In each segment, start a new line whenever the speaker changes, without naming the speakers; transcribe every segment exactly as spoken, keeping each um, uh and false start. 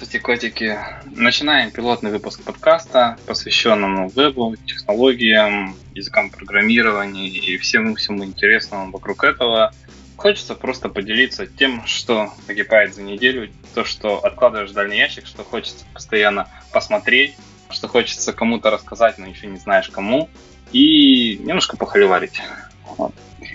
Здравствуйте, котики. Начинаем пилотный выпуск подкаста, посвященному вебу, технологиям, языкам программирования и всему-всему интересному вокруг этого. Хочется просто поделиться тем, что погибает за неделю, то, что откладываешь в дальний ящик, что хочется постоянно посмотреть, что хочется кому-то рассказать, но еще не знаешь кому, и немножко похоливарить. Вот.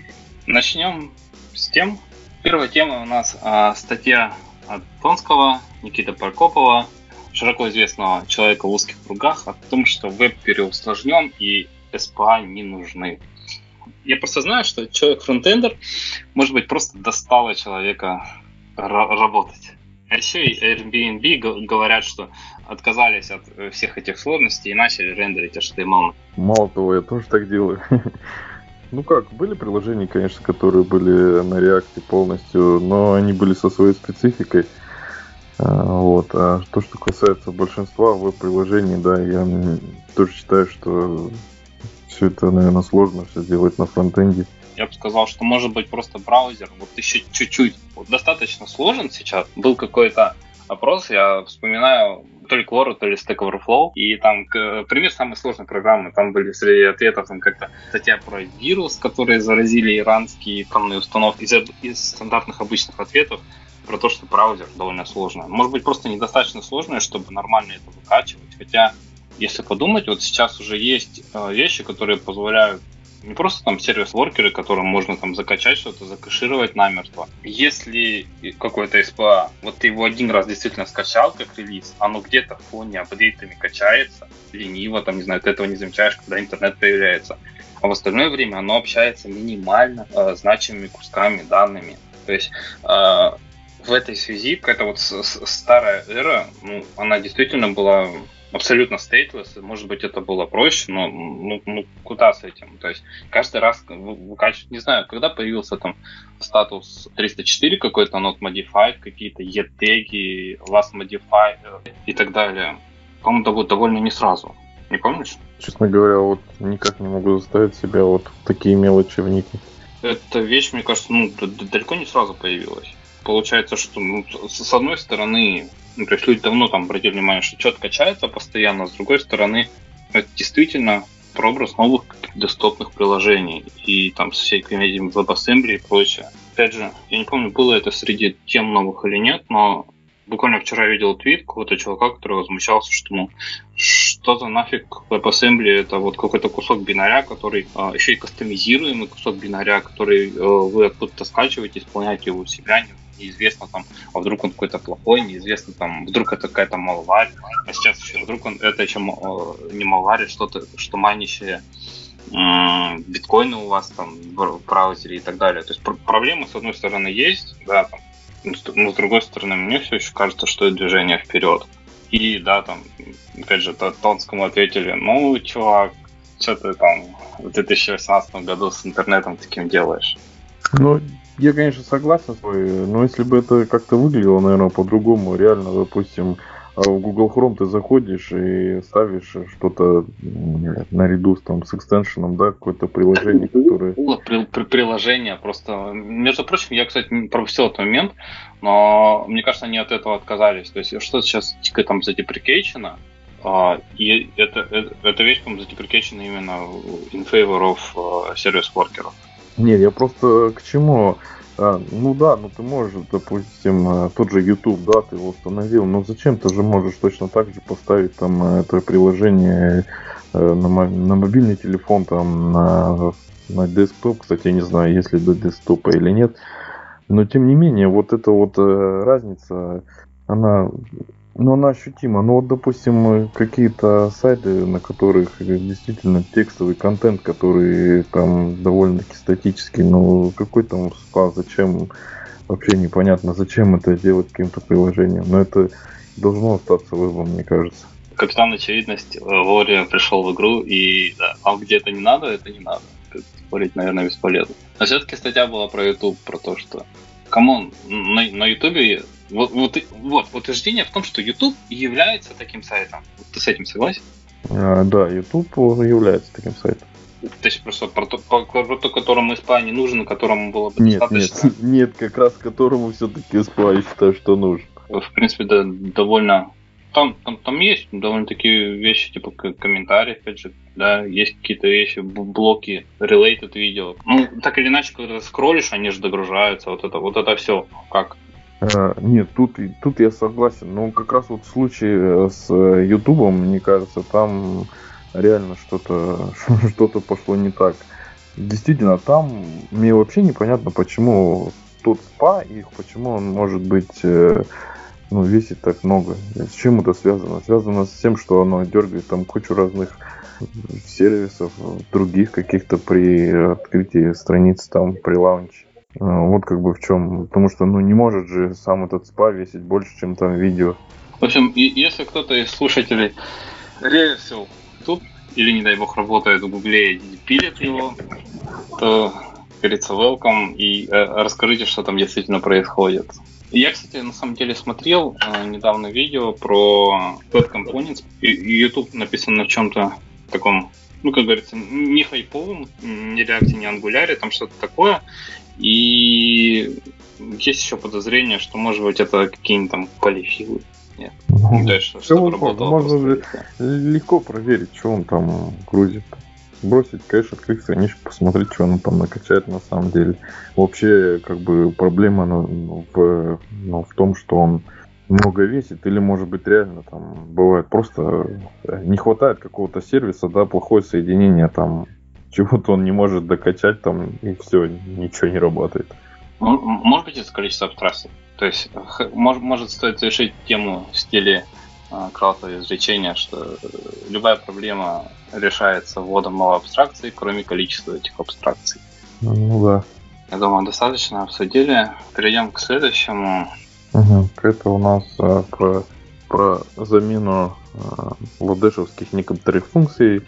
Начнем с тем. Первая тема у нас а, статья от Тонского, Никиты Прокопова, широко известного человека в узких кругах, о том, что веб переусложнен и эс пи эй не нужны. Я просто знаю, что человек-фронтендер, может быть, просто достало человека р- работать. А еще и Airbnb говорят, что отказались от всех этих сложностей и начали рендерить эйч ти эм эл.
Мало того, я тоже так делаю. Ну как, были приложения, конечно, которые были на React полностью, но они были со своей спецификой. Вот. А то, что касается большинства веб-приложений, да, я тоже считаю, что все это, наверное, сложно все делать на фронтенде.
Я бы сказал, что может быть просто браузер вот еще чуть-чуть. Вот достаточно сложен сейчас. Был какой-то опрос, я вспоминаю, то ли Quora, то ли Stack Overflow, и там к, пример самой сложной программы, там были среди ответов там как-то статья про вирус, которые заразили иранские атомные установки, из, из стандартных обычных ответов про то, что браузер довольно сложный. Может быть, просто недостаточно сложное, чтобы нормально это выкачивать, хотя, если подумать, вот сейчас уже есть э, вещи, которые позволяют не просто там сервис-воркеры, которым можно там закачать что-то, закэшировать намертво. Если какой-то эс пи эй, вот ты его один раз действительно скачал как релиз, оно где-то в фоне апдейтами качается, лениво, там, не знаю, ты этого не замечаешь, когда интернет появляется. А в остальное время оно общается минимально э, значимыми кусками, данными. То есть э, в этой связи какая-то вот с- с- старая эра, ну, она действительно была абсолютно stateless, может быть, это было проще, но ну, ну куда с этим? То есть каждый раз выкачивать, не знаю, когда появился там статус триста четыре какой-то, not modified, какие-то e-теги, last modified и так далее. По-моему, довольно не сразу. Не помнишь?
Честно говоря, вот никак не могу заставить себя вот в такие мелочи вникнуть.
Эта вещь, мне кажется, ну, далеко не сразу появилась. Получается, что ну, с одной стороны, ну, то есть люди давно там обратили внимание, что что-то качается постоянно, с другой стороны, это действительно прообраз новых десктопных приложений и там со всей комедией WebAssembly и прочее. Опять же, я не помню, было это среди тем новых или нет, но буквально вчера видел твит какого-то чувака, который возмущался, что ну что за нафиг WebAssembly, это вот какой-то кусок бинаря, который а, еще и кастомизируемый кусок бинаря, который а, вы откуда-то скачиваете, исполняете его у себя, неизвестно там, а вдруг он какой-то плохой, неизвестно там, вдруг это какая-то малварь, а сейчас еще вдруг он, это еще не малварь, что-то, что манящее м- биткоины у вас там в браузере и так далее. То есть пр- проблемы с одной стороны есть, да, там, но с другой стороны мне все еще кажется, что это движение вперед. И да, там, опять же, Тонскому ответили, ну, чувак, что ты там в две тысячи восемнадцатом году с интернетом таким делаешь?
Ну, я, конечно, согласен с тобой, но если бы это как-то выглядело, наверное, по-другому, реально, допустим, в Google Chrome ты заходишь и ставишь что-то наряду с, там, с экстеншеном, да, какое-то приложение, которое...
Было при, при, приложение, просто, между прочим, я, кстати, не пропустил этот момент, но мне кажется, они от этого отказались. То есть, что сейчас типа, там задеприкейчено, а, и это, это, эта вещь, по-моему, задеприкейчена именно in favor of сервис-воркеров.
Нет, я просто к чему? А, ну да, ну ты можешь, допустим, тот же YouTube, да, ты его установил, но зачем ты же можешь точно так же поставить там это приложение на, на мобильный телефон, там на, на десктоп, кстати, я не знаю, есть ли до десктопа или нет, но тем не менее, вот эта вот разница, она... Ну, она ощутима. Ну, вот, допустим, какие-то сайты, на которых действительно текстовый контент, который там довольно-таки статический, но какой там спа, зачем, вообще непонятно, зачем это делать каким-то приложением. Но это должно остаться вебом, мне кажется.
Капитан Очевидность вовремя пришел в игру, и да, там где это не надо, это не надо. Спорить, наверное, бесполезно. Но все-таки статья была про YouTube, про то, что камон, на, на YouTube вот, вот, вот, утверждение в том, что YouTube является таким сайтом. Ты с этим согласен?
А, да, YouTube является таким сайтом.
То есть просто про то, по, по которому эс пи эй не нужен, которому было бы
нет,
достаточно...
Нет, нет, как раз которому все-таки эс пи эй, я считаю, что нужен.
в принципе, да, довольно... Там, там, там есть довольно-таки вещи, типа комментарии, опять же, да, есть какие-то вещи, блоки, related видео. Ну, так или иначе, когда ты скроллишь, они же догружаются, вот это, вот это все. Как?
А, нет, тут, тут я согласен. Но как раз вот в случае с Ютубом, мне кажется, там реально что-то, что-то пошло не так. Действительно, там мне вообще непонятно, почему тот спа, их, почему он может быть, ну, весит так много. С чем это связано? Связано с тем, что оно дергает там кучу разных сервисов, других каких-то при открытии страниц там, при лаунче. Вот как бы в чем. Потому что, ну, не может же сам этот спа весить больше, чем там видео.
В общем, и, если кто-то из слушателей ревесил тут, или, не дай бог, работает в Гугле и пилит его, то, как говорится, welcome, и э, расскажите, что там действительно происходит. Я, кстати, на самом деле смотрел э, недавно видео про Web Components, и, и YouTube написан на чем-то таком, ну, как говорится, не хайповом, не React, не Angular, там что-то такое. И есть еще подозрение, что, может быть, это какие-нибудь там полифилы. Нет. Ну, то есть, что,
чтобы работало. Можно же легко проверить, что он там грузит. Бросить кэш, открыть страничку, посмотреть, что он там накачает на самом деле. Вообще, как бы, проблема ну, в, ну, в том, что он много весит, или, может быть, реально там бывает просто не хватает какого-то сервиса, да, плохое соединение, там чего-то он не может докачать, там, и все, ничего не работает.
Может быть, это количество абстракций. То есть, может, может стоит решить тему в стиле э, краудового извлечения, что любая проблема решается вводом мало абстракций, кроме количества этих абстракций.
Ну да.
Я думаю, достаточно обсудили. Перейдем к следующему.
Угу. Это у нас а, про, про замену а, ладешевских некоторых функций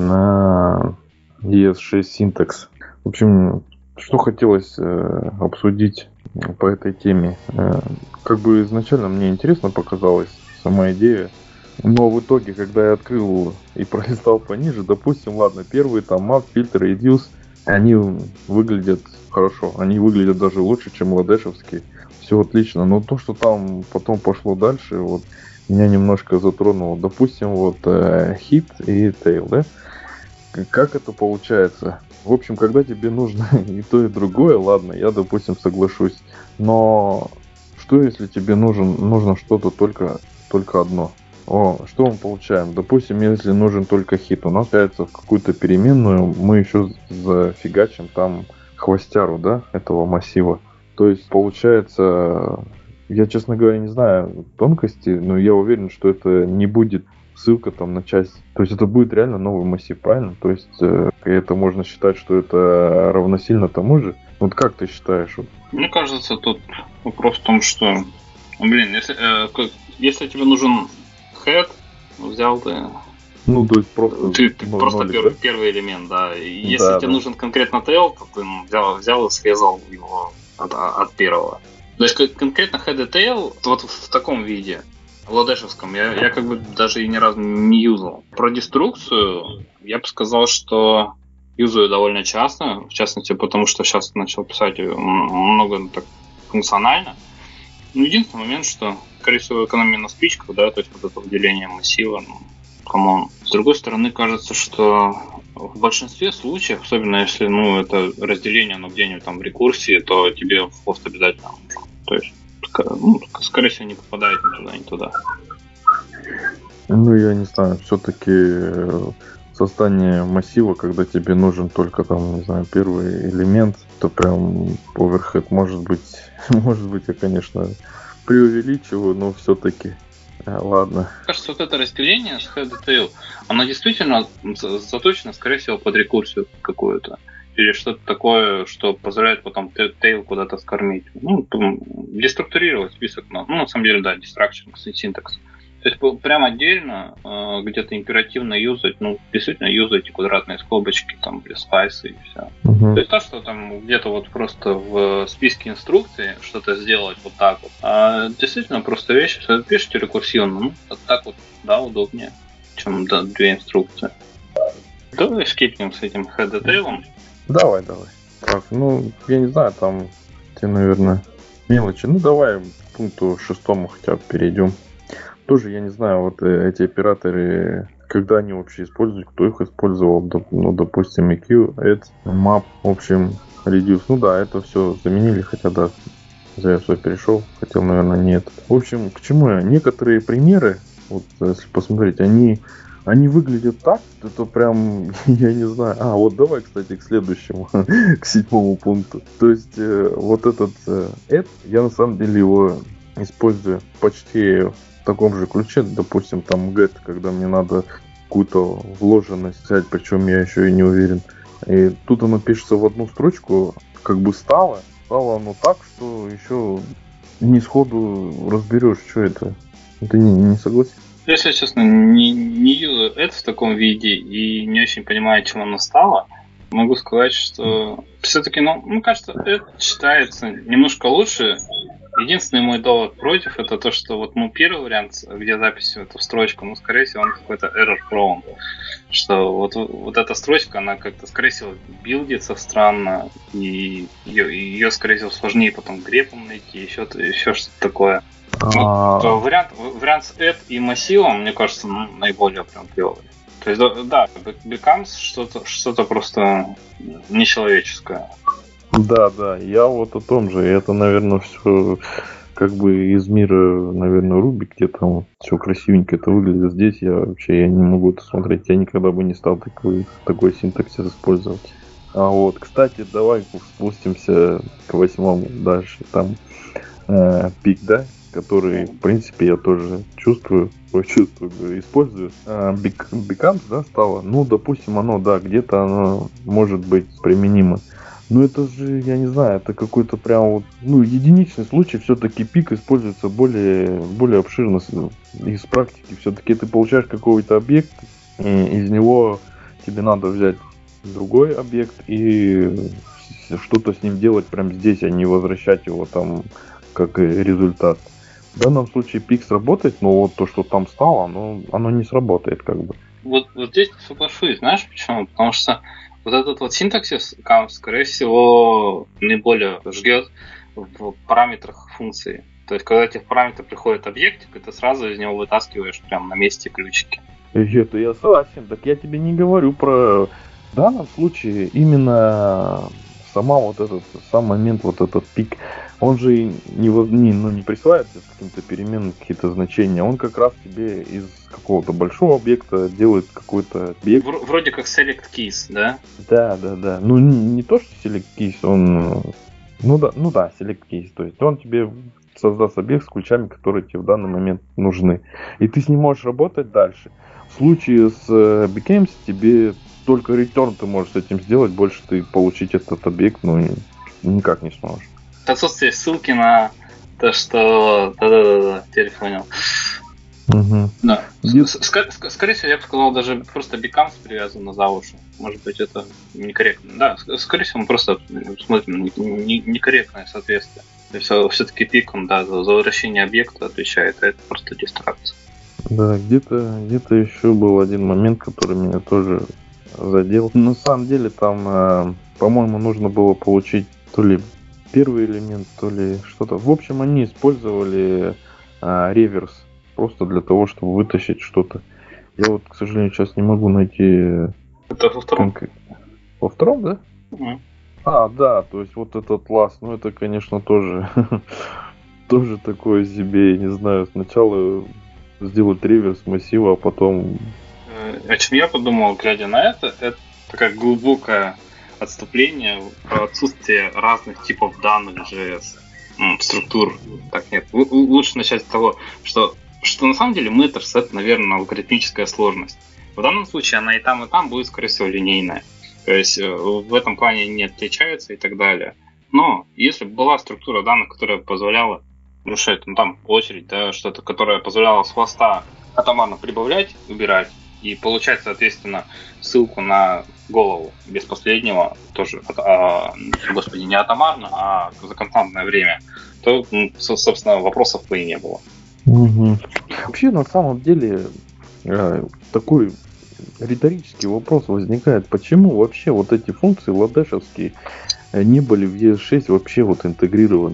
на и эс шесть Syntax. В общем, что хотелось э, обсудить по этой теме. Э, как бы изначально мне интересно показалась сама идея, но в итоге, когда я открыл и пролистал пониже, допустим, ладно, первые там map, фильтр, reduce, они выглядят хорошо, они выглядят даже лучше, чем ладешевские. Все отлично, но то, что там потом пошло дальше, вот меня немножко затронуло. Допустим, вот э, hit и tail, да? Как это получается? В общем, когда тебе нужно и то, и другое, ладно, я, допустим, соглашусь. Но что, если тебе нужен, нужно что-то только, только одно? О, что мы получаем? Допустим, если нужен только хит, у нас появится в какую-то переменную, мы еще зафигачим там хвостяру, да, этого массива. То есть, получается, я, честно говоря, не знаю тонкости, но я уверен, что это не будет ссылка там на часть. То есть это будет реально новый массив, правильно? То есть э, это можно считать, что это равносильно тому же. Вот как ты считаешь?
Мне кажется, тут вопрос в том, что, блин, если, э, если тебе нужен head, взял ты...
Ну, то есть просто...
Ты, ты просто нолик, пер, да? Первый элемент, да. Если да, тебе да. нужен конкретно tail, то ты взял, взял и срезал его от, от первого. То есть конкретно head и tail вот в таком виде, в ладешевском, я, я как бы даже и ни разу не юзал. Про деструкцию я бы сказал, что юзаю довольно часто, в частности, потому что сейчас начал писать много так функционально. Но единственный момент, что, скорее всего, экономия на спичках, да, то есть вот это выделение массива, ну, камон. С другой стороны, кажется, что в большинстве случаев, особенно если, ну, это разделение, ну, где-нибудь там в рекурсии, то тебе в хвост обязательно нужен. То есть, ну, скорее всего, не попадает ни туда, ни туда.
Ну, я не знаю, все-таки создание массива, когда тебе нужен только там, не знаю, первый элемент, то прям overhead может быть, может быть, я, конечно, преувеличиваю, но все-таки. А, ладно.
Кажется, вот это разделение с head и tail, оно действительно заточено, скорее всего, под рекурсию какую-то. Или что-то такое, что позволяет потом tail куда-то скормить. Ну, деструктурировать список. Ну, на самом деле, да, destruction, синтакс. То есть прям отдельно э, где-то императивно юзать, ну, действительно юзать квадратные скобочки, там, или спайсы и все. Uh-huh. То есть то, что там где-то вот просто в списке инструкций что-то сделать вот так вот. А действительно просто вещи, что пишете рекурсивно, ну, вот так вот, да, удобнее, чем да, две инструкции. Давай скипнем с этим head и tail.
Давай, давай. Так, ну, я не знаю, там тебе, наверное, Мелочи. Ну давай к пункту шестому хотя бы перейдем. Тоже я не знаю, вот эти операторы, когда они вообще используют, кто их использовал, ну, допустим, и кью, add, map, в общем, reduce. Ну да, это все заменили, хотя да, за я все перешел, хотел, наверное, нет. В общем, к чему я? Некоторые примеры, вот если посмотреть, они, они выглядят так, это прям, я не знаю. А, вот давай, кстати, к следующему, к седьмому пункту. То есть, э, вот этот э, add, я на самом деле его использую почти в таком же ключе, допустим, там get, когда мне надо какую-то вложенность взять, причем я еще и не уверен. И тут оно пишется в одну строчку, как бы стало, стало оно так, что еще не сходу разберешь, что это. Ты не, не согласен?
Если честно, не, не юзаю это в таком виде и не очень понимаю, чем оно стало, могу сказать, что все-таки, ну, мне кажется, это читается немножко лучше. Единственный мой довод против, это то, что вот ну, первый вариант, где запись в эту строчку, ну, скорее всего, он какой-то error prone. Что вот, вот эта строчка, она как-то, скорее всего, билдится странно, и ее, ее скорее всего, сложнее потом грепом найти, еще, еще что-то такое. Вот, то вариант, вариант с add и массивом, мне кажется, ну, наиболее прям клевый. То есть, да, becomes что-то, что-то просто нечеловеческое.
Да, да, я вот о том же. Это, наверное, все как бы из мира, наверное, Руби, где там все красивенько это выглядит. Здесь я вообще я не могу это смотреть. Я никогда бы не стал такой, такой синтаксис использовать. А вот, кстати, давай спустимся к восьмому дальше. Там э, пик, да, который, в принципе, я тоже чувствую, чувствую, использую. А, becomes, да, стало. Ну, допустим, оно, да, где-то оно может быть применимо. Ну это же, я не знаю, это какой-то прям вот, ну, единичный случай, все-таки пик используется более, более обширно из практики. Все-таки ты получаешь какой-то объект, и из него тебе надо взять другой объект и что-то с ним делать прямо здесь, а не возвращать его там как результат. В данном случае пик сработает, но вот то, что там стало, оно, оно не сработает как бы.
Вот, вот здесь соглашусь, знаешь почему? Потому что вот этот вот синтаксис, скорее всего, наиболее жгет в параметрах функции. То есть, когда тебе в параметр приходит объектик, и ты сразу из него вытаскиваешь прямо на месте ключики.
Это я согласен. Так я тебе не говорю про... В данном случае именно сама вот этот сам момент, вот этот пик, он же не, не, ну, не присваивает каким-то переменным какие-то значения. Он как раз тебе из какого-то большого объекта делает какой-то объект.
Вроде как select keys, да?
Да, да, да. Ну не, не то, что select keys, он... Ну да, ну да, select keys. То есть он тебе создаст объект с ключами, которые тебе в данный момент нужны. И ты с ним можешь работать дальше. В случае с becomes тебе только return ты можешь с этим сделать, больше ты получить этот объект, ну, никак не сможешь.
Отсутствие ссылки на то, что... Да-да-да, теперь понял.
Угу.
Да. Ск- ск- скорее всего, я бы сказал, даже просто becomes привязан за уши. Может быть, это некорректно. Да, скорее всего, мы просто смотрим некорректное соответствие. То есть, все-таки пик, он, да, за возвращение объекта отвечает, а это просто дистракция.
Да, где-то, где-то еще был один момент, который меня тоже задел. На самом деле там, э, по-моему, нужно было получить то ли первый элемент, то ли что-то. В общем, они использовали э, реверс просто для того, чтобы вытащить что-то. Я вот, к сожалению, сейчас не могу найти...
Это во втором?
Конк... Во втором, да?
Mm.
А, да, то есть вот этот ласт, ну это, конечно, тоже тоже такое себе, я не знаю, сначала сделать реверс массива, а потом...
О чем я подумал, глядя на это, это такое глубокое отступление про отсутствие разных типов данных джей эс, ну, структур. Так, нет, Л- лучше начать с того, что, что на самом деле methods это, наверное, алгоритмическая сложность. В данном случае она и там, и там будет, скорее всего, линейная. То есть в этом плане не отличаются и так далее. Но если бы была структура данных, которая позволяла решать, ну там очередь, да, что-то, которое позволяло с хвоста атомарно прибавлять, убирать и получать, соответственно, ссылку на голову без последнего, тоже, а, господи, не атомарно, а за константное время, то, ну, собственно, вопросов бы и не было.
Угу. Вообще, на самом деле, такой риторический вопрос возникает, почему вообще вот эти функции ладешевские не были в и эс шесть вообще вот интегрированы?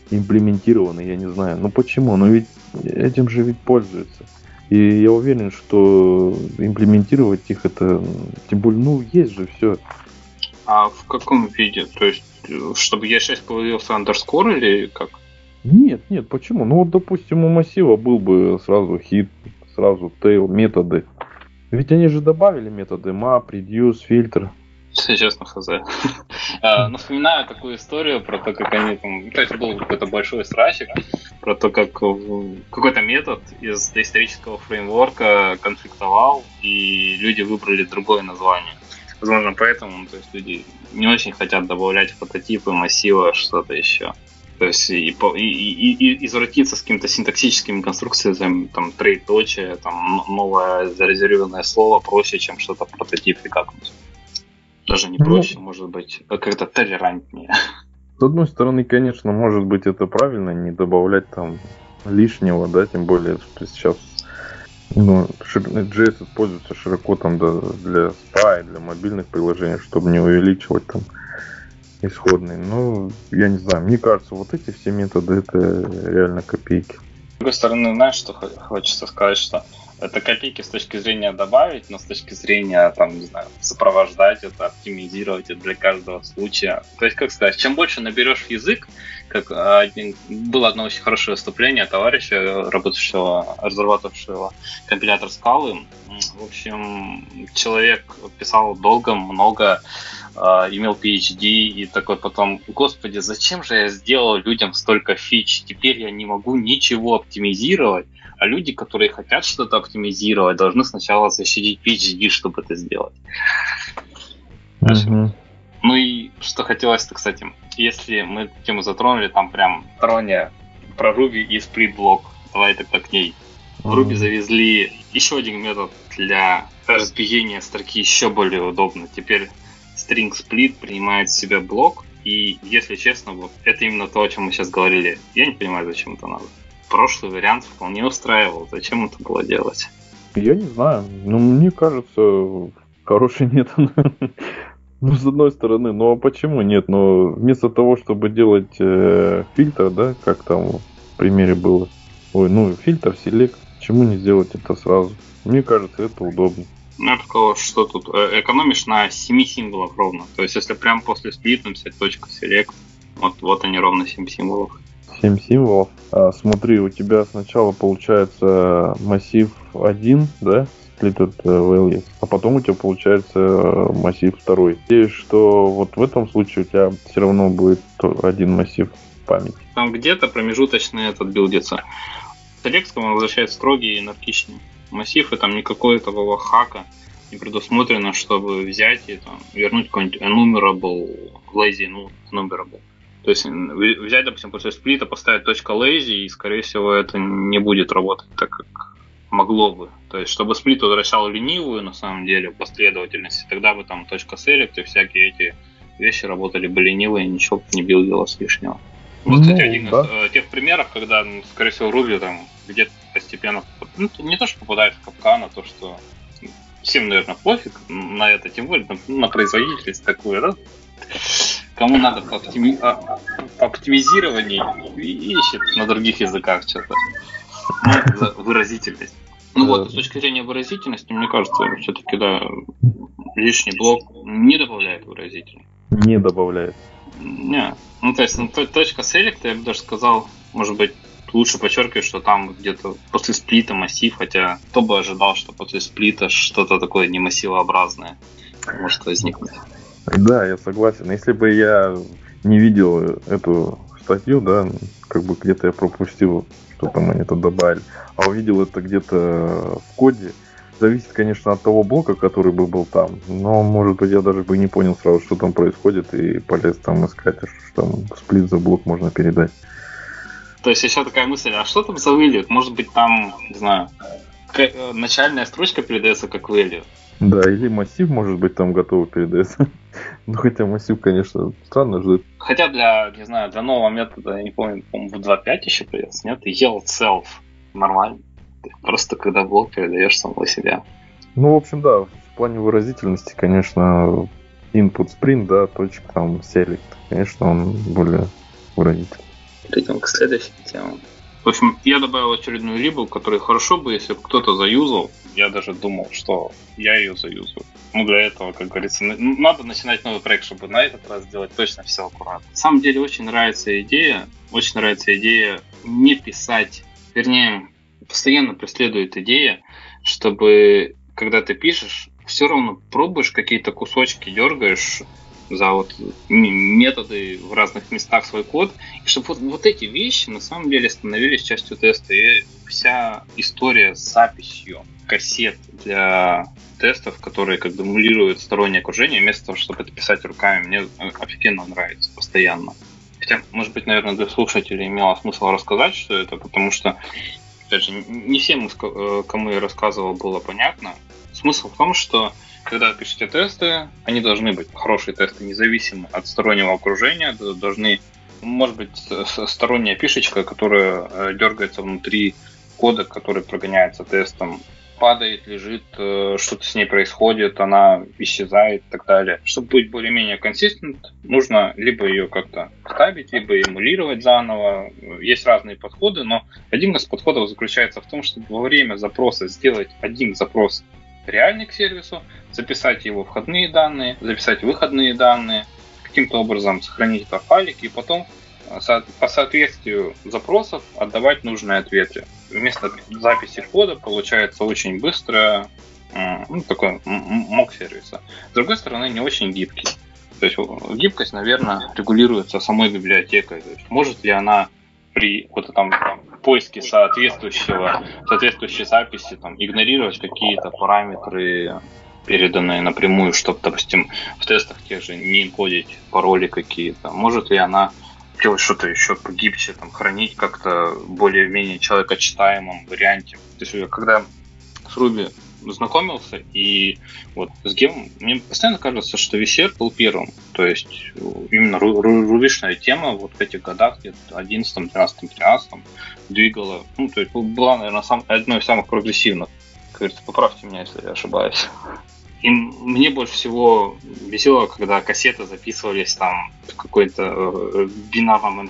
имплементированы, я не знаю. Ну почему? Но ведь этим же ведь пользуются. И я уверен, что имплементировать их это, тем более, ну, есть же все.
А в каком виде? То есть, чтобы и шесть появился андерскор или как?
Нет, нет, почему? Ну вот, допустим, у массива был бы сразу хит, сразу tail, методы. Ведь они же добавили методы map, reduce, фильтр.
Если честно, хз. Но вспоминаю такую историю про то, как они там... То есть был какой-то большой срачик про то, как какой-то метод из доисторического фреймворка конфликтовал, и люди выбрали другое название. Возможно, поэтому то есть люди не очень хотят добавлять в прототипы массива что-то еще. То есть и, и, и, и извратиться с какими-то синтаксическими конструкциями, там, троеточие, там, новое зарезервированное слово проще, чем что-то в прототипе как-нибудь. Даже не проще, ну, может быть, как-то толерантнее.
С одной стороны, конечно, может быть это правильно, не добавлять там лишнего, да, тем более, что сейчас ну, джей эс используется широко там для спа и для мобильных приложений, чтобы не увеличивать там исходный. Ну, я не знаю, мне кажется, вот эти все методы это реально копейки.
С другой стороны, знаешь, что хочется сказать, что это копейки с точки зрения добавить, но с точки зрения, там, не знаю, сопровождать это, оптимизировать это для каждого случая. То есть, как сказать, чем больше наберешь в язык, как один, было одно очень хорошее выступление товарища, работающего, разрабатывавшего компилятор Scala. В общем, человек писал долго, много, имел пи эйч ди и такой потом, господи, зачем же я сделал людям столько фич? Теперь я не могу ничего оптимизировать, а люди, которые хотят что-то оптимизировать, должны сначала защитить пи эйч ди, чтобы это сделать. Mm-hmm. Ну и что хотелось-то, кстати, если мы эту тему затронули, там прям троне про Ruby и split-блок, давай тогда к ней. В Ruby завезли еще один метод для разбиения строки еще более удобно. Теперь string split принимает в себя блок, и, если честно, вот это именно то, о чем мы сейчас говорили. Я не понимаю, зачем это надо. Прошлый вариант вполне устраивал. Зачем это было делать?
Я не знаю. Ну, мне кажется, хороший метод. Ну, с одной стороны, ну а почему нет? Но вместо того, чтобы делать э, фильтр, да, как там в примере было, ой, ну, фильтр, селект, почему не сделать это сразу? Мне кажется, это удобно.
Ну, я бы сказал, что тут экономишь на семь символов ровно. То есть, если прям после сплит написать точка select, вот, вот они ровно семь символов.
семь символов. А, смотри, у тебя сначала получается массив один, да? Splitted values, а потом у тебя получается массив второй. Надеюсь, что вот в этом случае у тебя все равно будет один массив памяти.
Там где-то промежуточный этот билдится. Select он возвращает строгий и анархичный массив, и там никакого такого хака не предусмотрено, чтобы взять и там, вернуть какой-нибудь enumerable, lazy enumerable. То есть взять, допустим, после сплита, поставить .lazy, и, скорее всего, это не будет работать так, как могло бы. То есть, чтобы сплит возвращал ленивую, на самом деле, последовательность, тогда бы там .select и всякие эти вещи работали бы ленивые, и ничего не билдилось лишнего. Вот, кстати, один из э, тех примеров, когда, ну, скорее всего, Ruby там где-то постепенно, ну, не то, что попадает в капкан, а то, что всем, наверное, пофиг на это, тем более на, на производительность такую, да? Кому надо по, оптими... по оптимизированию, ищет на других языках что-то. Ну, за выразительность. Ну вот, с точки зрения выразительности, мне кажется, все-таки, да, лишний блок не добавляет выразительность.
Не добавляет.
Не. Ну, то есть, ну, точка select, я бы даже сказал, может быть, лучше подчеркивать, что там где-то после сплита массив, хотя кто бы ожидал, что после сплита что-то такое не массивообразное может возникнуть.
Да, я согласен. Если бы я не видел эту статью, да, как бы где-то я пропустил, что там они это добавили, а увидел это где-то в коде, зависит, конечно, от того блока, который бы был там. Но, может быть, я даже бы не понял сразу, что там происходит, и полез там искать, что там сплит за блок можно передать.
То есть еще такая мысль, а что там за value? Может быть, там, не знаю, начальная строчка передается как value.
Да, или массив, может быть, там готовый передается. Ну, хотя массив, конечно, странно ждать.
Хотя для, не знаю, для нового метода, я не помню, по-моему, в два точка пять еще появился, нет? Yield self. Нормально. Просто когда блок передаешь самого себя.
Ну, в общем, да, в плане выразительности, конечно, input sprint, да, точка там select, конечно, он более выразительный.
Перейдем к следующей теме. В общем, я добавил очередную либу, которую хорошо бы, если бы кто-то заюзал. Я даже думал, что я ее заюзаю. Ну, для этого, как говорится, надо начинать новый проект, чтобы на этот раз сделать точно все аккуратно. На самом деле, очень нравится идея, очень нравится идея не писать, вернее, постоянно преследует идея, чтобы, когда ты пишешь, все равно пробуешь какие-то кусочки, дергаешь за вот методы в разных местах свой код, и чтобы вот, вот эти вещи на самом деле становились частью теста. И вся история с записью кассет для тестов, которые как бы эмулируют стороннее окружение, вместо того, чтобы это писать руками, мне офигенно нравится постоянно. Хотя, может быть, наверное, для слушателей имело смысл рассказать, что это, потому что, опять же, не всем, кому я рассказывал, было понятно. Смысл в том, что когда вы пишете тесты, они должны быть хорошие тесты, независимо от стороннего окружения, должны, может быть, сторонняя пишечка, которая дергается внутри кода, который прогоняется тестом, падает, лежит, что-то с ней происходит, она исчезает и так далее. Чтобы быть более-менее консистент, нужно либо ее как-то ставить, либо эмулировать заново. Есть разные подходы, но один из подходов заключается в том, чтобы во время запроса сделать один запрос реальный к сервису, записать его входные данные, записать выходные данные, каким-то образом сохранить это в файлике и потом по соответствию запросов отдавать нужные ответы. Вместо записи кода получается очень быстро, ну, такой мок сервиса. С другой стороны, не очень гибкий. То есть гибкость, наверное, регулируется самой библиотекой. То есть может ли она при вот этом там, поиске соответствующего, соответствующей записи там, игнорировать какие-то параметры, переданные напрямую, чтобы, допустим, в тестах тех же не инкодить пароли какие-то. Может ли она делать что-то еще погибче, там, хранить как-то более-менее человекочитаемом варианте. То есть, когда с Ruby знакомился и вот с гемом, мне постоянно кажется, что ви си ар был первым. То есть именно рубишная тема вот в этих годах, где-то одиннадцатом, двенадцатом, тринадцатом двигала, ну, то есть была, наверное, сам, одной из самых прогрессивных. Как говорится, поправьте меня, если я ошибаюсь. И мне больше всего весело, когда кассеты записывались там в какой-то э, бинарном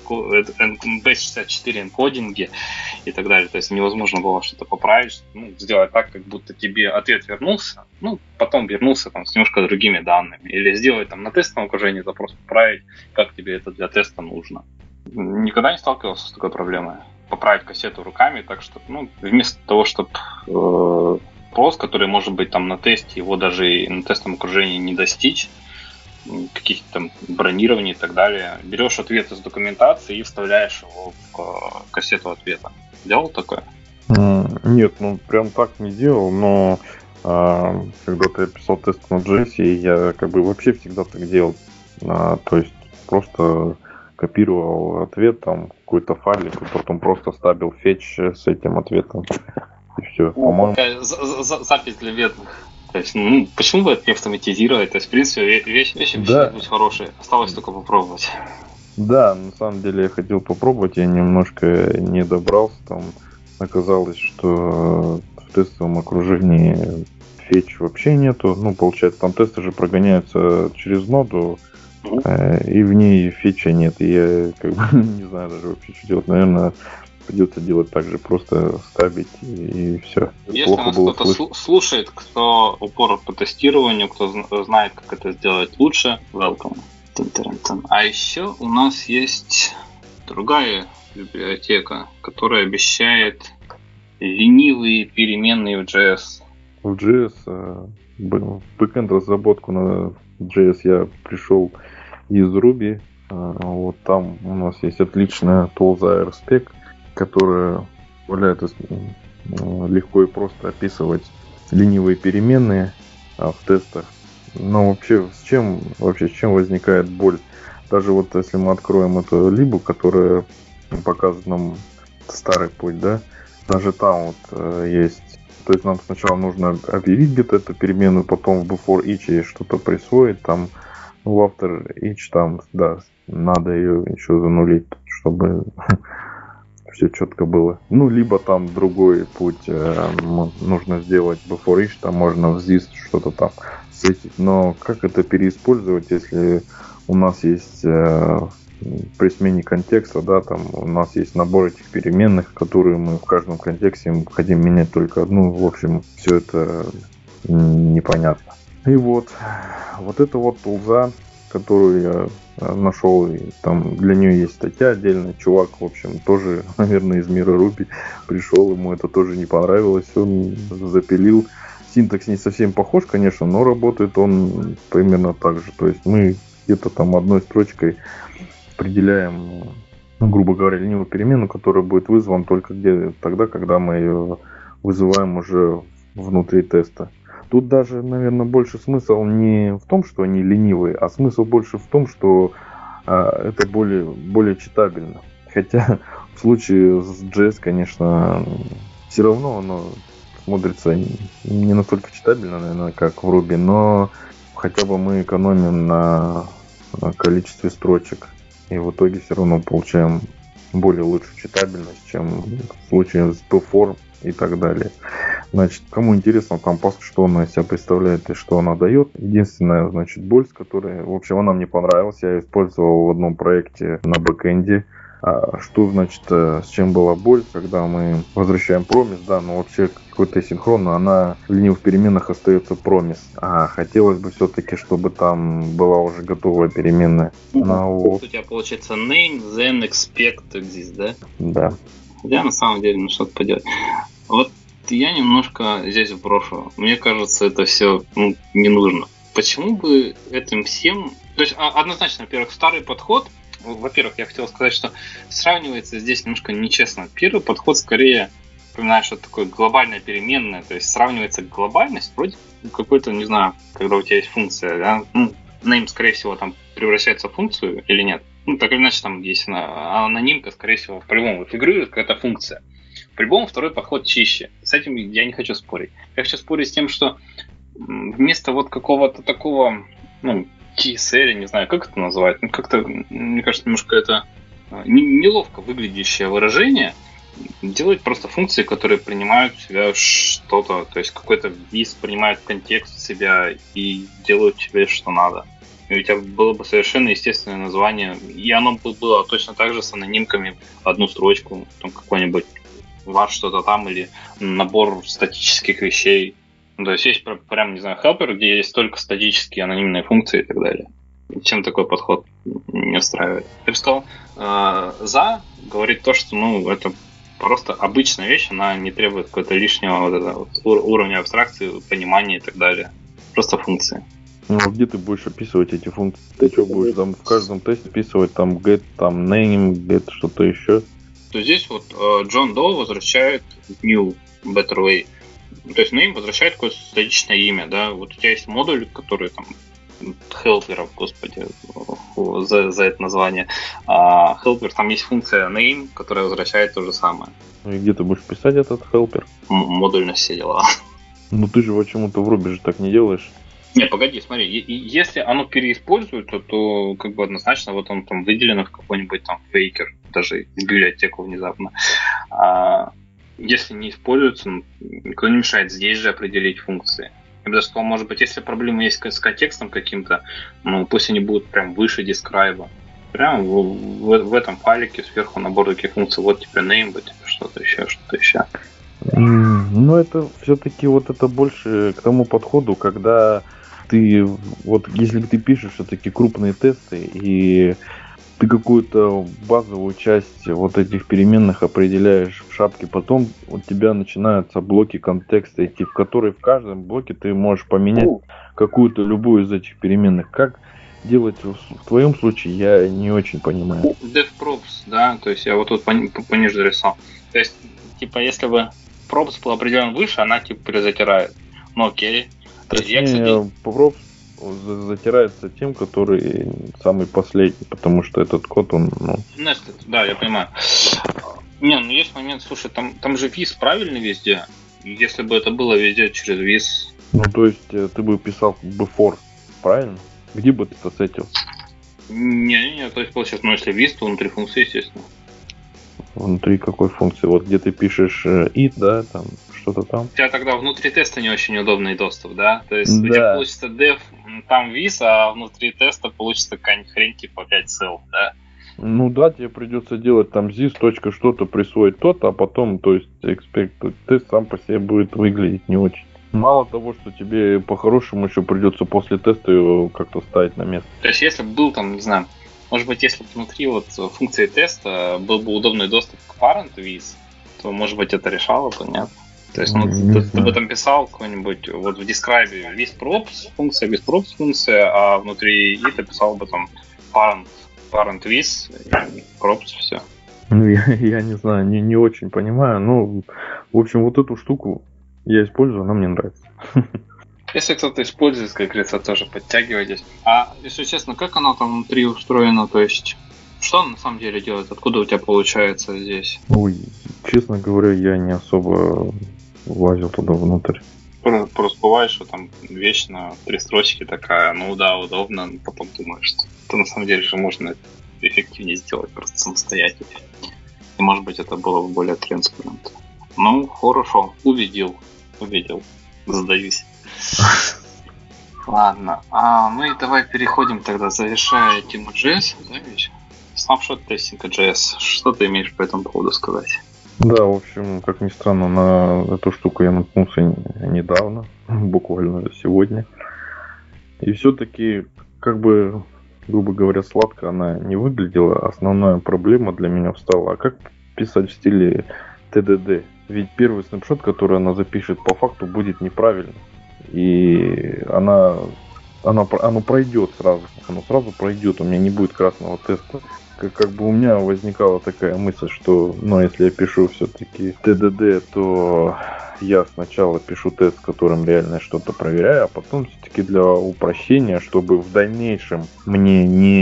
би шестьдесят четыре энкодинге и так далее. То есть невозможно было что-то поправить, ну, сделать так, как будто тебе ответ вернулся, ну, потом вернулся там с немножко другими данными. Или сделать там на тестовом окружении запрос поправить, как тебе это для теста нужно. Никогда не сталкивался с такой проблемой. Поправить кассету руками, так что, ну, вместо того, чтобы э, вопрос, который может быть там на тесте, его даже и на тестовом окружении не достичь, каких-то там бронирований и так далее. Берешь ответ из документации и вставляешь его в кассету ответа. Делал такое?
Нет, ну прям так не делал, но а, когда-то я писал тест на джей эс, я как бы вообще всегда так делал. А, то есть просто копировал ответ, там какой-то файлик, и потом просто ставил фетч с этим ответом. И все.
По-моему... Запись для бедных. То есть, ну, почему бы это не автоматизировать? То есть, в принципе, вещь, вещь да. Быть хорошая. Осталось только попробовать.
Да, на самом деле я хотел попробовать, я немножко не добрался. Там оказалось, что в тестовом окружении фетч вообще нету. Ну, получается, там тесты же прогоняются через ноду, mm-hmm. и в ней фетча нет. И я как бы не знаю даже вообще, что делать. Наверное, придется делать так же, просто ставить и, и все.
Если Плохо нас кто-то слышать. слушает, кто упор по тестированию, кто знает, как это сделать лучше, welcome. А еще у нас есть другая библиотека, которая обещает ленивые переменные в джей эс.
В джей эс, в бэкэнд разработку на джей эс я пришел из Ruby. Вот там у нас есть отличная тулза RSpec, которая позволяет легко и просто описывать ленивые переменные в тестах. Но вообще с чем вообще с чем возникает боль? Даже вот если мы откроем эту либу, которая показывает нам старый путь, да, даже там вот э, есть. То есть нам сначала нужно объявить где-то эту переменную, потом в before each что-то присвоить, там в after each там, да, надо ее еще занулить, чтобы все четко было. Ну, либо там другой путь э, нужно сделать before each, там можно в this что-то там светить. Но как это переиспользовать, если у нас есть э, при смене контекста, да, там у нас есть набор этих переменных, которые мы в каждом контексте хотим менять только одну. В общем, все это непонятно. И вот, вот это вот тулза, которую я нашел, и там для нее есть статья отдельная. Чувак, в общем, тоже, наверное, из мира Ruby пришел, ему это тоже не понравилось, он запилил. Синтакс не совсем похож, конечно, но работает он примерно так же. То есть мы где-то там одной строчкой определяем, ну, грубо говоря, ленивую переменную, которая будет вызвана только где тогда, когда мы ее вызываем уже внутри теста. Тут даже, наверное, больше смысл не в том, что они ленивые, а смысл больше в том, что а, это более, более читабельно. Хотя в случае с джей эс, конечно, все равно оно смотрится не настолько читабельно, наверное, как в Ruby, но хотя бы мы экономим на, на количестве строчек. И в итоге все равно получаем более лучшую читабельность, чем в случае с Perform и так далее. Значит, кому интересно, там, что она из себя представляет и что она дает. Единственная, значит, Больс, которая, в общем, она мне понравилась. Я ее использовал в одном проекте на бэкэнде. А что, значит, с чем была боль, когда мы возвращаем промис, да, но вообще какой-то синхронно, она в ленивых переменных остается промис. А хотелось бы все-таки, чтобы там была уже готовая переменная.
Она у тебя получается name, then expect здесь, да?
Да.
Я на самом деле на что-то поделать. Вот я немножко здесь брошу. Мне кажется, это все ну, не нужно. Почему бы этим всем... То есть, однозначно, во-первых, старый подход. Во-первых, я хотел сказать, что сравнивается здесь немножко нечестно. Первый подход скорее напоминает, что такое глобальная переменная. То есть, сравнивается глобальность вроде какой-то, не знаю, когда у тебя есть функция. Да? Ну, name, скорее всего, там превращается в функцию или нет. Ну, так или иначе, там есть анонимка, скорее всего, по-любому фигурирует какая-то функция. По-любому второй подход чище. С этим я не хочу спорить. Я хочу спорить с тем, что вместо вот какого-то такого, ну, ти эс эл, не знаю, как это называют, ну, как-то, мне кажется, немножко это неловко выглядящее выражение, делать просто функции, которые принимают в себя что-то, то есть какой-то виз принимает контекст в себя и делают тебе что надо. И у тебя было бы совершенно естественное название, и оно бы было точно так же с анонимками, одну строчку, там какой-нибудь var что-то там, или набор статических вещей. Ну, то есть есть прям, не знаю, helper, где есть только статические анонимные функции и так далее. Чем такой подход не устраивает? Я бы сказал, э, за говорит то, что ну, это просто обычная вещь, она не требует какого-то лишнего вот этого, вот, уровня абстракции, понимания и так далее. Просто функции.
Ну, а где ты будешь описывать эти функции? Ты что будешь там в каждом тесте описывать там get, там name, get, что-то еще?
То здесь вот Джон Доу возвращает new, better way. То есть name возвращает какое-то статичное имя, да. Вот у тебя есть модуль, который там helper, господи, за, за это название. А helper, там есть функция name, которая возвращает то же самое.
Ну и где ты будешь писать этот helper?
М- модульность все дела.
Ну ты же почему-то в Ruby же так не делаешь.
Не, погоди, смотри, если оно переиспользует, то, то как бы однозначно вот он там выделен в какой-нибудь там фейкер, даже в библиотеку внезапно. А если не используется, ну, никто не мешает здесь же определить функции. Я бы даже сказал, может быть, если проблема есть с контекстом каким-то, ну пусть они будут прям выше дескрайба. Прям в, в, в этом файлике сверху набор таких функций, вот тебе name, вот тебе что-то еще, что-то еще.
Ну, это все-таки вот это больше к тому подходу, когда ты, вот если ты пишешь все-таки крупные тесты, и ты какую-то базовую часть вот этих переменных определяешь в шапке, потом у тебя начинаются блоки контекста идти, в которые в каждом блоке ты можешь поменять какую-то любую из этих переменных. Как делать в твоем случае, я не очень понимаю.
DevProps, да, то есть я вот тут пониже нарисовал. То есть, типа, если бы props был определен выше, она типа перезатирает. Ну окей.
Точнее, кстати... props затирается тем, который самый последний, потому что этот код, он, ну...
Nested, да, я понимаю. Не, ну есть момент, слушай, там, там же виз правильный везде. Если бы это было везде через виз...
Ну, то есть, ты бы писал before, правильно? Где бы ты посетил?
Не-не-не, то есть, получается, ну, если виз, то внутри функции, естественно.
Внутри какой функции? Вот где ты пишешь it, да, там, что-то там.
У тебя тогда внутри теста не очень удобный доступ, да? То есть, да. У тебя получится dev, там виз, а внутри теста получится какая-нибудь хрень типа пять cell, да?
Ну да, тебе придется делать там this, точка что-то, присвоить то-то, а потом, то есть, expect тест сам по себе будет выглядеть не очень. Мало того, что тебе по-хорошему еще придется после теста его как-то ставить на место.
То есть, если бы был там, не знаю, может быть, если бы внутри вот функции теста был бы удобный доступ к parent with, то, может быть, это решало бы, нет? То есть, ну, ты, ты бы там писал какой-нибудь, вот в describe with props функция, без props функция, а внутри и ты писал бы там parent, parent with, и props, все.
Ну, я, я не знаю, не, не очень понимаю, но, в общем, вот эту штуку я использую, она мне нравится.
Если кто-то использует, как говорится, тоже подтягивайтесь. А, если честно, как оно там внутри устроено, то есть, что оно на самом деле делает? Откуда у тебя получается здесь?
Ой, честно говоря, я не особо лазил туда внутрь.
Просто бывает, что там вечно три строчки такая, ну да, удобно, но потом думаешь, что это на самом деле же можно эффективнее сделать просто самостоятельно. И может быть это было бы более транспарентно. Ну, хорошо, увидел, увидел, сдаюсь. Ладно, а мы давай переходим тогда, завершая тему джей эс, да, ведь? Снапшот тестинга джей эс. Что ты имеешь по этому поводу сказать?
Да, в общем, как ни странно, на эту штуку я наткнулся недавно, буквально сегодня. И все-таки, как бы, грубо говоря, сладко она не выглядела. Основная проблема для меня встала, а как писать в стиле ти ди ди? Ведь первый снапшот, который она запишет, по факту будет неправильным. И она, она, оно пройдет сразу, оно сразу пройдет, у меня не будет красного теста. Как, как бы у меня возникала такая мысль, что, ну, если я пишу все-таки ти ди ди, то я сначала пишу тест, которым реально что-то проверяю, а потом все-таки для упрощения, чтобы в дальнейшем мне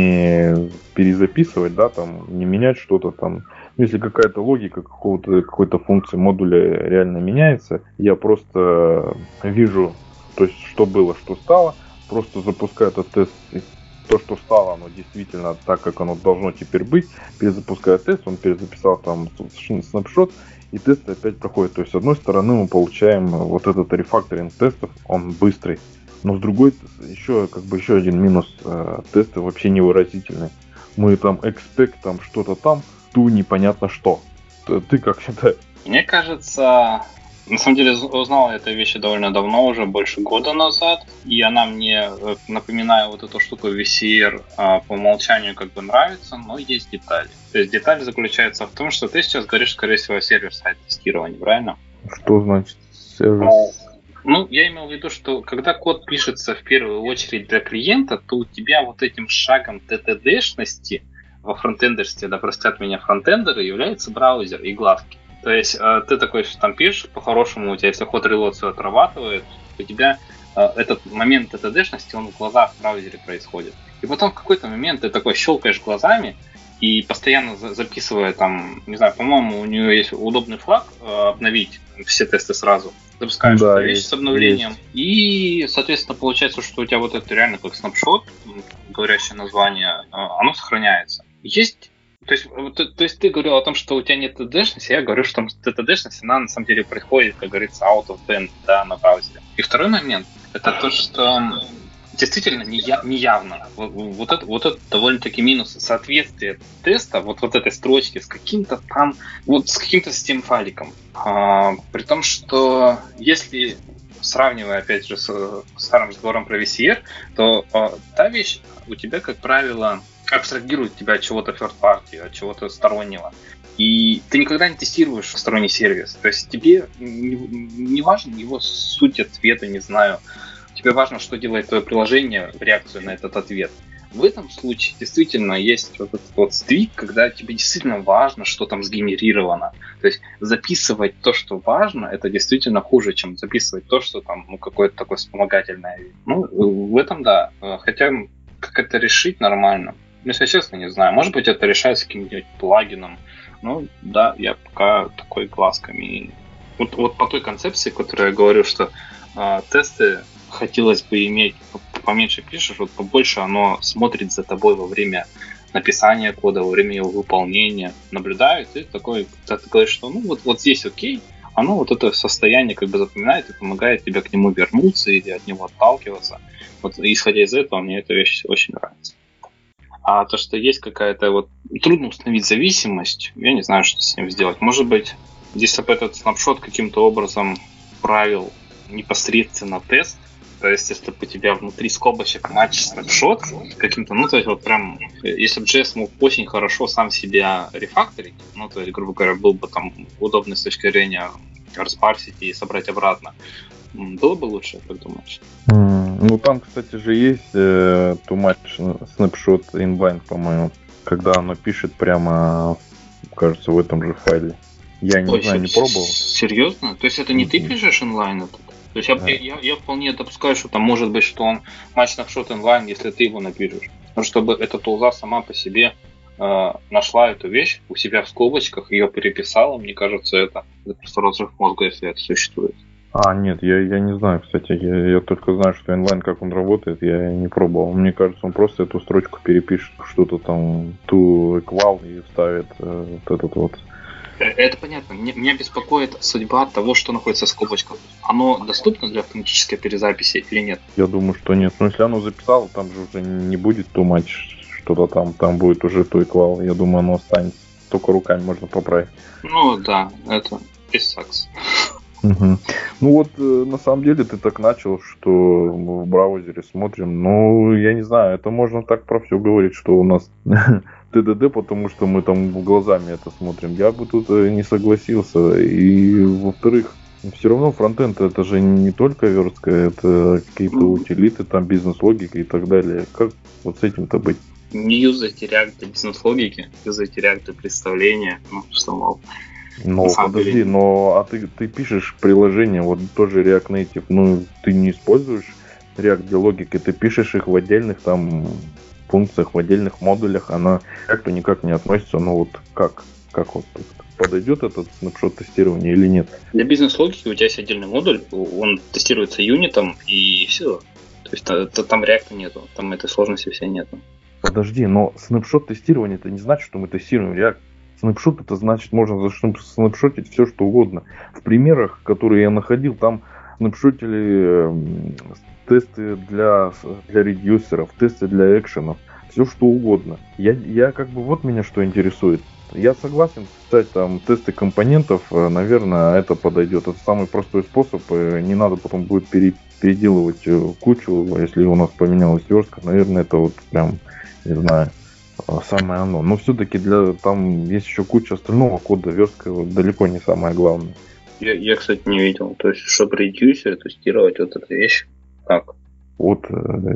не перезаписывать, да, там, не менять что-то там. Если какая-то логика какого-то, какой-то функции модуля реально меняется, я просто вижу, то есть, что было, что стало, просто запускаю этот тест. То, что стало, оно действительно так, как оно должно теперь быть. Перезапускаю тест, он перезаписал там снапшот, и тест опять проходит. То есть, с одной стороны, мы получаем вот этот рефакторинг тестов, он быстрый. Но с другой, еще, как бы, еще один минус, э, тесты вообще невыразительные. Мы там expect, там что-то там, ту непонятно что. Ты как считаешь?
Мне кажется, на самом деле узнал я эту вещь довольно давно, уже больше года назад, и она мне, напоминаю вот эту штуку ви си ар, по умолчанию как бы нравится, но есть детали. То есть деталь заключается в том, что ты сейчас говоришь, скорее всего, о сервер-сайд тестировании, правильно?
Что значит сервер?
Ну, я имел в виду, что когда код пишется в первую очередь для клиента, то у тебя вот этим шагом ти ти ди-шности во фронтендерстве, да простят меня фронтендеры, является браузер и главки. То есть э, ты такой что там пишешь, по-хорошему у тебя, если ход reload все отрабатывает, у тебя э, этот момент ти ти ди-шности, он в глазах в браузере происходит. И потом в какой-то момент ты такой щелкаешь глазами и постоянно за- записывая там, не знаю, по-моему, у нее есть удобный флаг э, обновить все тесты сразу. Запускаешь
Да,
эту вещь
есть,
с обновлением.
есть.
И, соответственно, получается, что у тебя вот это реально как снапшот, говорящее название, оно сохраняется. Есть, то есть, то, то есть ты говорил о том, что у тебя нет ти ти ди-шности, я говорю, что ти ти ди-шность, она на самом деле происходит, как говорится, out of band, да, на браузере. И второй момент, это то, что действительно неявно. Вот, вот, это, вот это довольно-таки минус соответствия теста, вот, вот этой строчки с каким-то там, вот с каким-то систем файликом. А, при том, что если сравнивая, опять же, с, с старым разговором про ви си ар, то а, та вещь у тебя, как правило, абстрагирует тебя от чего-то third party, от чего-то стороннего. И ты никогда не тестируешь сторонний сервис. То есть тебе не, не важен его суть ответа, не знаю. Тебе важно, что делает твое приложение в реакцию на этот ответ. В этом случае действительно есть вот этот вот сдвиг, когда тебе действительно важно, что там сгенерировано. То есть записывать то, что важно, это действительно хуже, чем записывать то, что там, ну, какое-то такое вспомогательное. Ну, в этом да. Хотя как это решить нормально, если честно, не знаю. Может быть, это решается каким-нибудь плагином. Ну, да, я пока такой глазками. Вот, вот по той концепции, которую я говорю, что э, тесты хотелось бы иметь, поменьше пишешь, вот побольше оно смотрит за тобой во время написания кода, во время его выполнения, наблюдает, и такой, ты говоришь, что ну вот, вот здесь окей, оно вот это состояние как бы запоминает и помогает тебе к нему вернуться или от него отталкиваться. Вот исходя из этого, мне эта вещь очень нравится. А то, что есть какая-то вот... Трудно установить зависимость, я не знаю, что с ним сделать. Может быть, если бы этот снапшот каким-то образом правил непосредственно тест, то есть, если бы у тебя внутри скобочек матч снапшот каким-то, ну, то есть, вот прям, если бы джей эс мог очень хорошо сам себя рефакторить, ну, то есть, грубо говоря, был бы там удобный с точки зрения распарсить и собрать обратно, было бы лучше, как думаешь?
Mm, ну, там, кстати же, есть э, too much snapshot inline, по-моему, когда оно пишет прямо, кажется, в этом же файле. Я не
Ой,
знаю, не пробовал.
Серьезно? То есть, это не mm-hmm. ты пишешь инлайн этот? То есть, я, yeah. я, я вполне допускаю, что там может быть, что он match snapshot inline, если ты его напишешь. Но чтобы эта тулза сама по себе э, нашла эту вещь у себя в скобочках, ее переписала, мне кажется, это, это просто разрыв мозга, если это существует.
А, нет, я, я не знаю, кстати, я, я только знаю, что инлайн, как он работает, я не пробовал. Мне кажется, он просто эту строчку перепишет, что-то там, ту equal и вставит э, вот этот вот.
Это понятно. Меня беспокоит судьба того, что находится в скобочках. Оно доступно для автоматической перезаписи или нет?
Я думаю, что нет. Но если оно записало, там же уже не будет too much, что-то там, там будет уже to equal. Я думаю, оно останется. Только руками можно поправить.
Ну да, это it sucks.
Угу. Ну вот, на самом деле, ты так начал, что мы в браузере смотрим. Ну, я не знаю, это можно так про все говорить, что у нас ти ди ди, потому что мы там глазами это смотрим. Я бы тут не согласился. И, во-вторых, все равно фронтенд это же не только верстка, это какие-то утилиты, там бизнес-логика и так далее. Как вот с этим-то быть?
Не юзайте React для бизнес-логики, юзайте React для представления, ну, что мол.
Но подожди, деле. но а ты, ты пишешь приложение, вот тоже React Native, ну ты не используешь React для логики, ты пишешь их в отдельных там функциях, в отдельных модулях, она как-то никак не относится, ну вот как, как вот подойдет этот снапшот тестирования или нет?
Для бизнес-логики у тебя есть отдельный модуль, он тестируется юнитом и все, то есть то, то, там React нету, там этой сложности всей нету.
Подожди, но снапшот тестирования это не значит, что мы тестируем React. Снапшот это значит, можно снапшотить все, что угодно. В примерах, которые я находил, там снапшотили э, тесты для, для редюсеров, тесты для экшенов, все что угодно. Я, я как бы вот меня что интересует. Я согласен писать там тесты компонентов, наверное, это подойдет. Это самый простой способ, не надо потом будет пере, переделывать кучу, если у нас поменялась верстка, наверное, это вот прям, не знаю, самое оно. Но все-таки для там есть еще куча остального кода, верстка вот, далеко не самое главное.
Я, я, кстати, не видел. То есть, чтобы редюсер тестировать вот эту вещь, как?
Вот,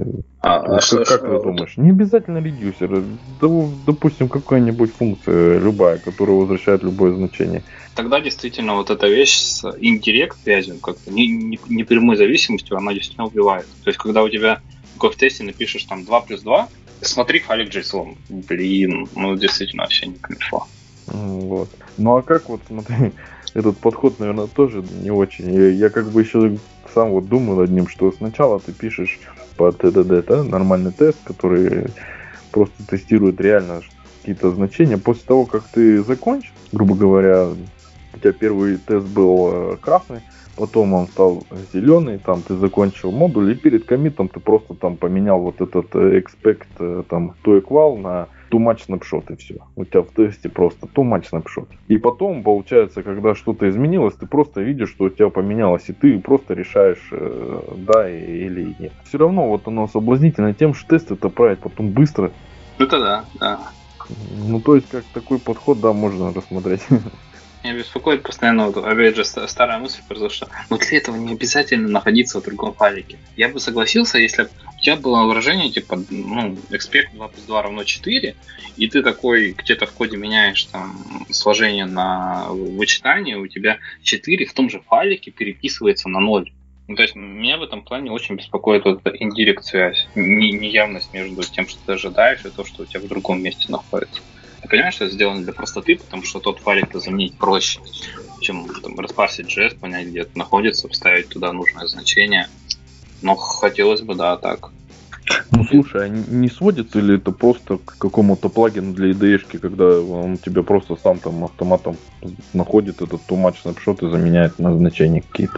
а,
вот
а
как, как ты думаешь? Не обязательно редюсер. Допустим, какая-нибудь функция любая, которая возвращает любое значение.
Тогда действительно вот эта вещь с indirect связью, как-то не, не, не прямой зависимостью, она действительно убивает. То есть, когда у тебя в тесте напишешь там два плюс два, смотри файлик JSON. Блин, ну действительно вообще не камильфо.
Вот. Ну а как вот, смотри, этот подход, наверное, тоже не очень. Я, я как бы еще сам вот думал над ним, что сначала ты пишешь по ти ди ди, да, нормальный тест, который просто тестирует реально какие-то значения. После того, как ты закончишь, грубо говоря, у тебя первый тест был красный, потом он стал зеленый, там ты закончил модуль, и перед коммитом ты просто там поменял вот этот expect там to equal на too much snapshot, и все. У тебя в тесте просто too much snapshot. И потом, получается, когда что-то изменилось, ты просто видишь, что у тебя поменялось, и ты просто решаешь, э, да или нет. Все равно вот оно соблазнительно тем, что тест это править потом быстро.
Это да, да.
Ну, то есть, как такой подход, да, можно рассмотреть.
Меня беспокоит постоянно, вот, опять же, старая мысль, потому что ну, для этого не обязательно находиться в другом файлике. Я бы согласился, если бы у тебя было выражение, типа, ну, expect два плюс два равно четыре, и ты такой где-то в коде меняешь там сложение на вычитание, у тебя четыре в том же файлике переписывается на ноль. Ну, то есть меня в этом плане очень беспокоит вот эта индирект связь, неявность между тем, что ты ожидаешь, и то, что у тебя в другом месте находится. Ты понимаешь, что это сделано для простоты, потому что тот файлик-то заменить проще, чем там, распарсить джей эс, понять, где это находится, вставить туда нужное значение. Но хотелось бы, да, так.
Ну, слушай, а не сводится ли это просто к какому-то плагину для ай ди и-шки, когда он тебе просто сам там автоматом находит этот too much snapshot и заменяет на значения какие-то?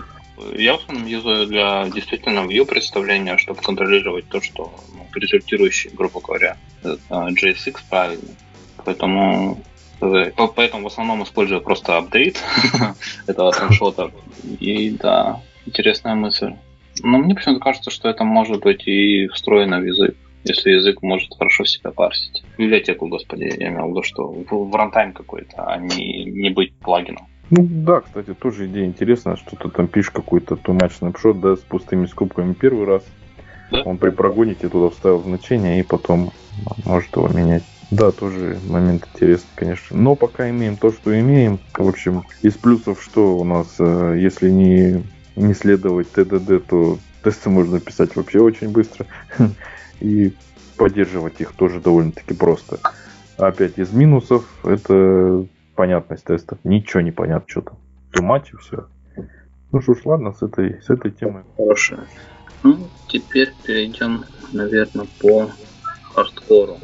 Я в основном юзаю для действительно view представления, чтобы контролировать то, что ну, результирующий, грубо говоря, джей эс икс правильно. Поэтому, поэтому в основном использую просто апдейт этого скриншота. И да, интересная мысль. Но мне почему-то кажется, что это может быть и встроено в язык, если язык может хорошо себя парсить. Библиотеку, господи, я имел в виду, что в, в рантайм какой-то, а не, не быть плагином.
Ну да, кстати, тоже идея интересная, что ты там пишешь какой-то too much snapshot, да, с пустыми скобками первый раз. Да? Он при прогоне тебе туда вставил значение и потом может его менять. Да, тоже момент интересный, конечно. Но пока имеем то, что имеем. В общем, из плюсов что у нас, если не, не следовать ти ди ди, то тесты можно писать вообще очень быстро. И поддерживать их тоже довольно-таки просто. Опять из минусов это понятность тестов. Ничего не понятно, что там. Тумач и все. Ну что ж, ладно, с этой, с этой темой.
Хорошо. Ну, теперь перейдем, наверное, по хардкору.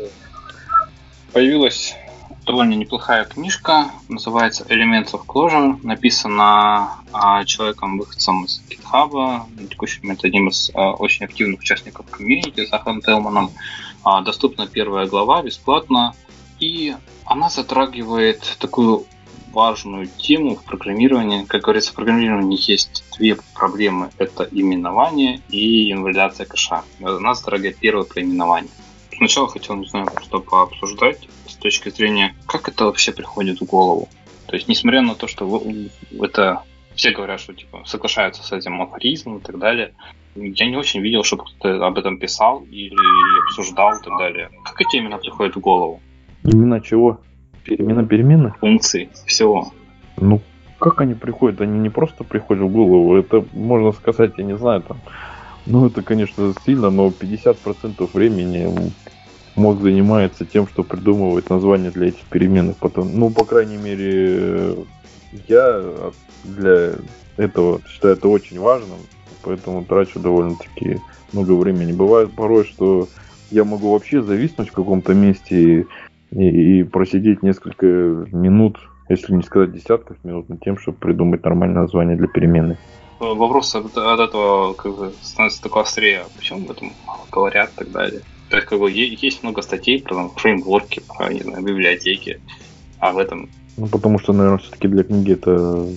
Появилась довольно неплохая книжка, называется Elements of Clojure, написана а, человеком-выходцем из GitHub, на текущий момент одним из а, очень активных участников комьюнити, Захаром Телманом. А, доступна первая глава, бесплатно, и она затрагивает такую важную тему в программировании. Как говорится, в программировании есть две проблемы. Это именование и инвалидация кэша. Она затрагивает первое про именование. Сначала хотел, не знаю, что пообсуждать с точки зрения, как это вообще приходит в голову. То есть, несмотря на то, что это все говорят, что типа соглашаются с этим афоризмом и так далее, я не очень видел, чтобы кто-то об этом писал или обсуждал и так далее. Как эти имена приходят в голову?
Имена чего? Имена переменных?
Функций, всего.
Ну, как они приходят? Они не просто приходят в голову. Это, можно сказать, я не знаю, там, ну, это, конечно, сильно, но пятьдесят процентов времени мозг занимается тем, что придумывает названия для этих переменных. Потом, ну, по крайней мере, я для этого считаю это очень важным, поэтому трачу довольно-таки много времени. Бывает порой, что я могу вообще зависнуть в каком-то месте и, и просидеть несколько минут, если не сказать десятков минут, над тем, чтобы придумать нормальное название для переменной.
Вопрос от, от этого как бы становится такой острее, почему об этом мало говорят и так далее. То есть, как бы, есть много статей про там, фреймворки, про, не знаю, библиотеки, а в этом...
Ну, потому что, наверное, все-таки для книги это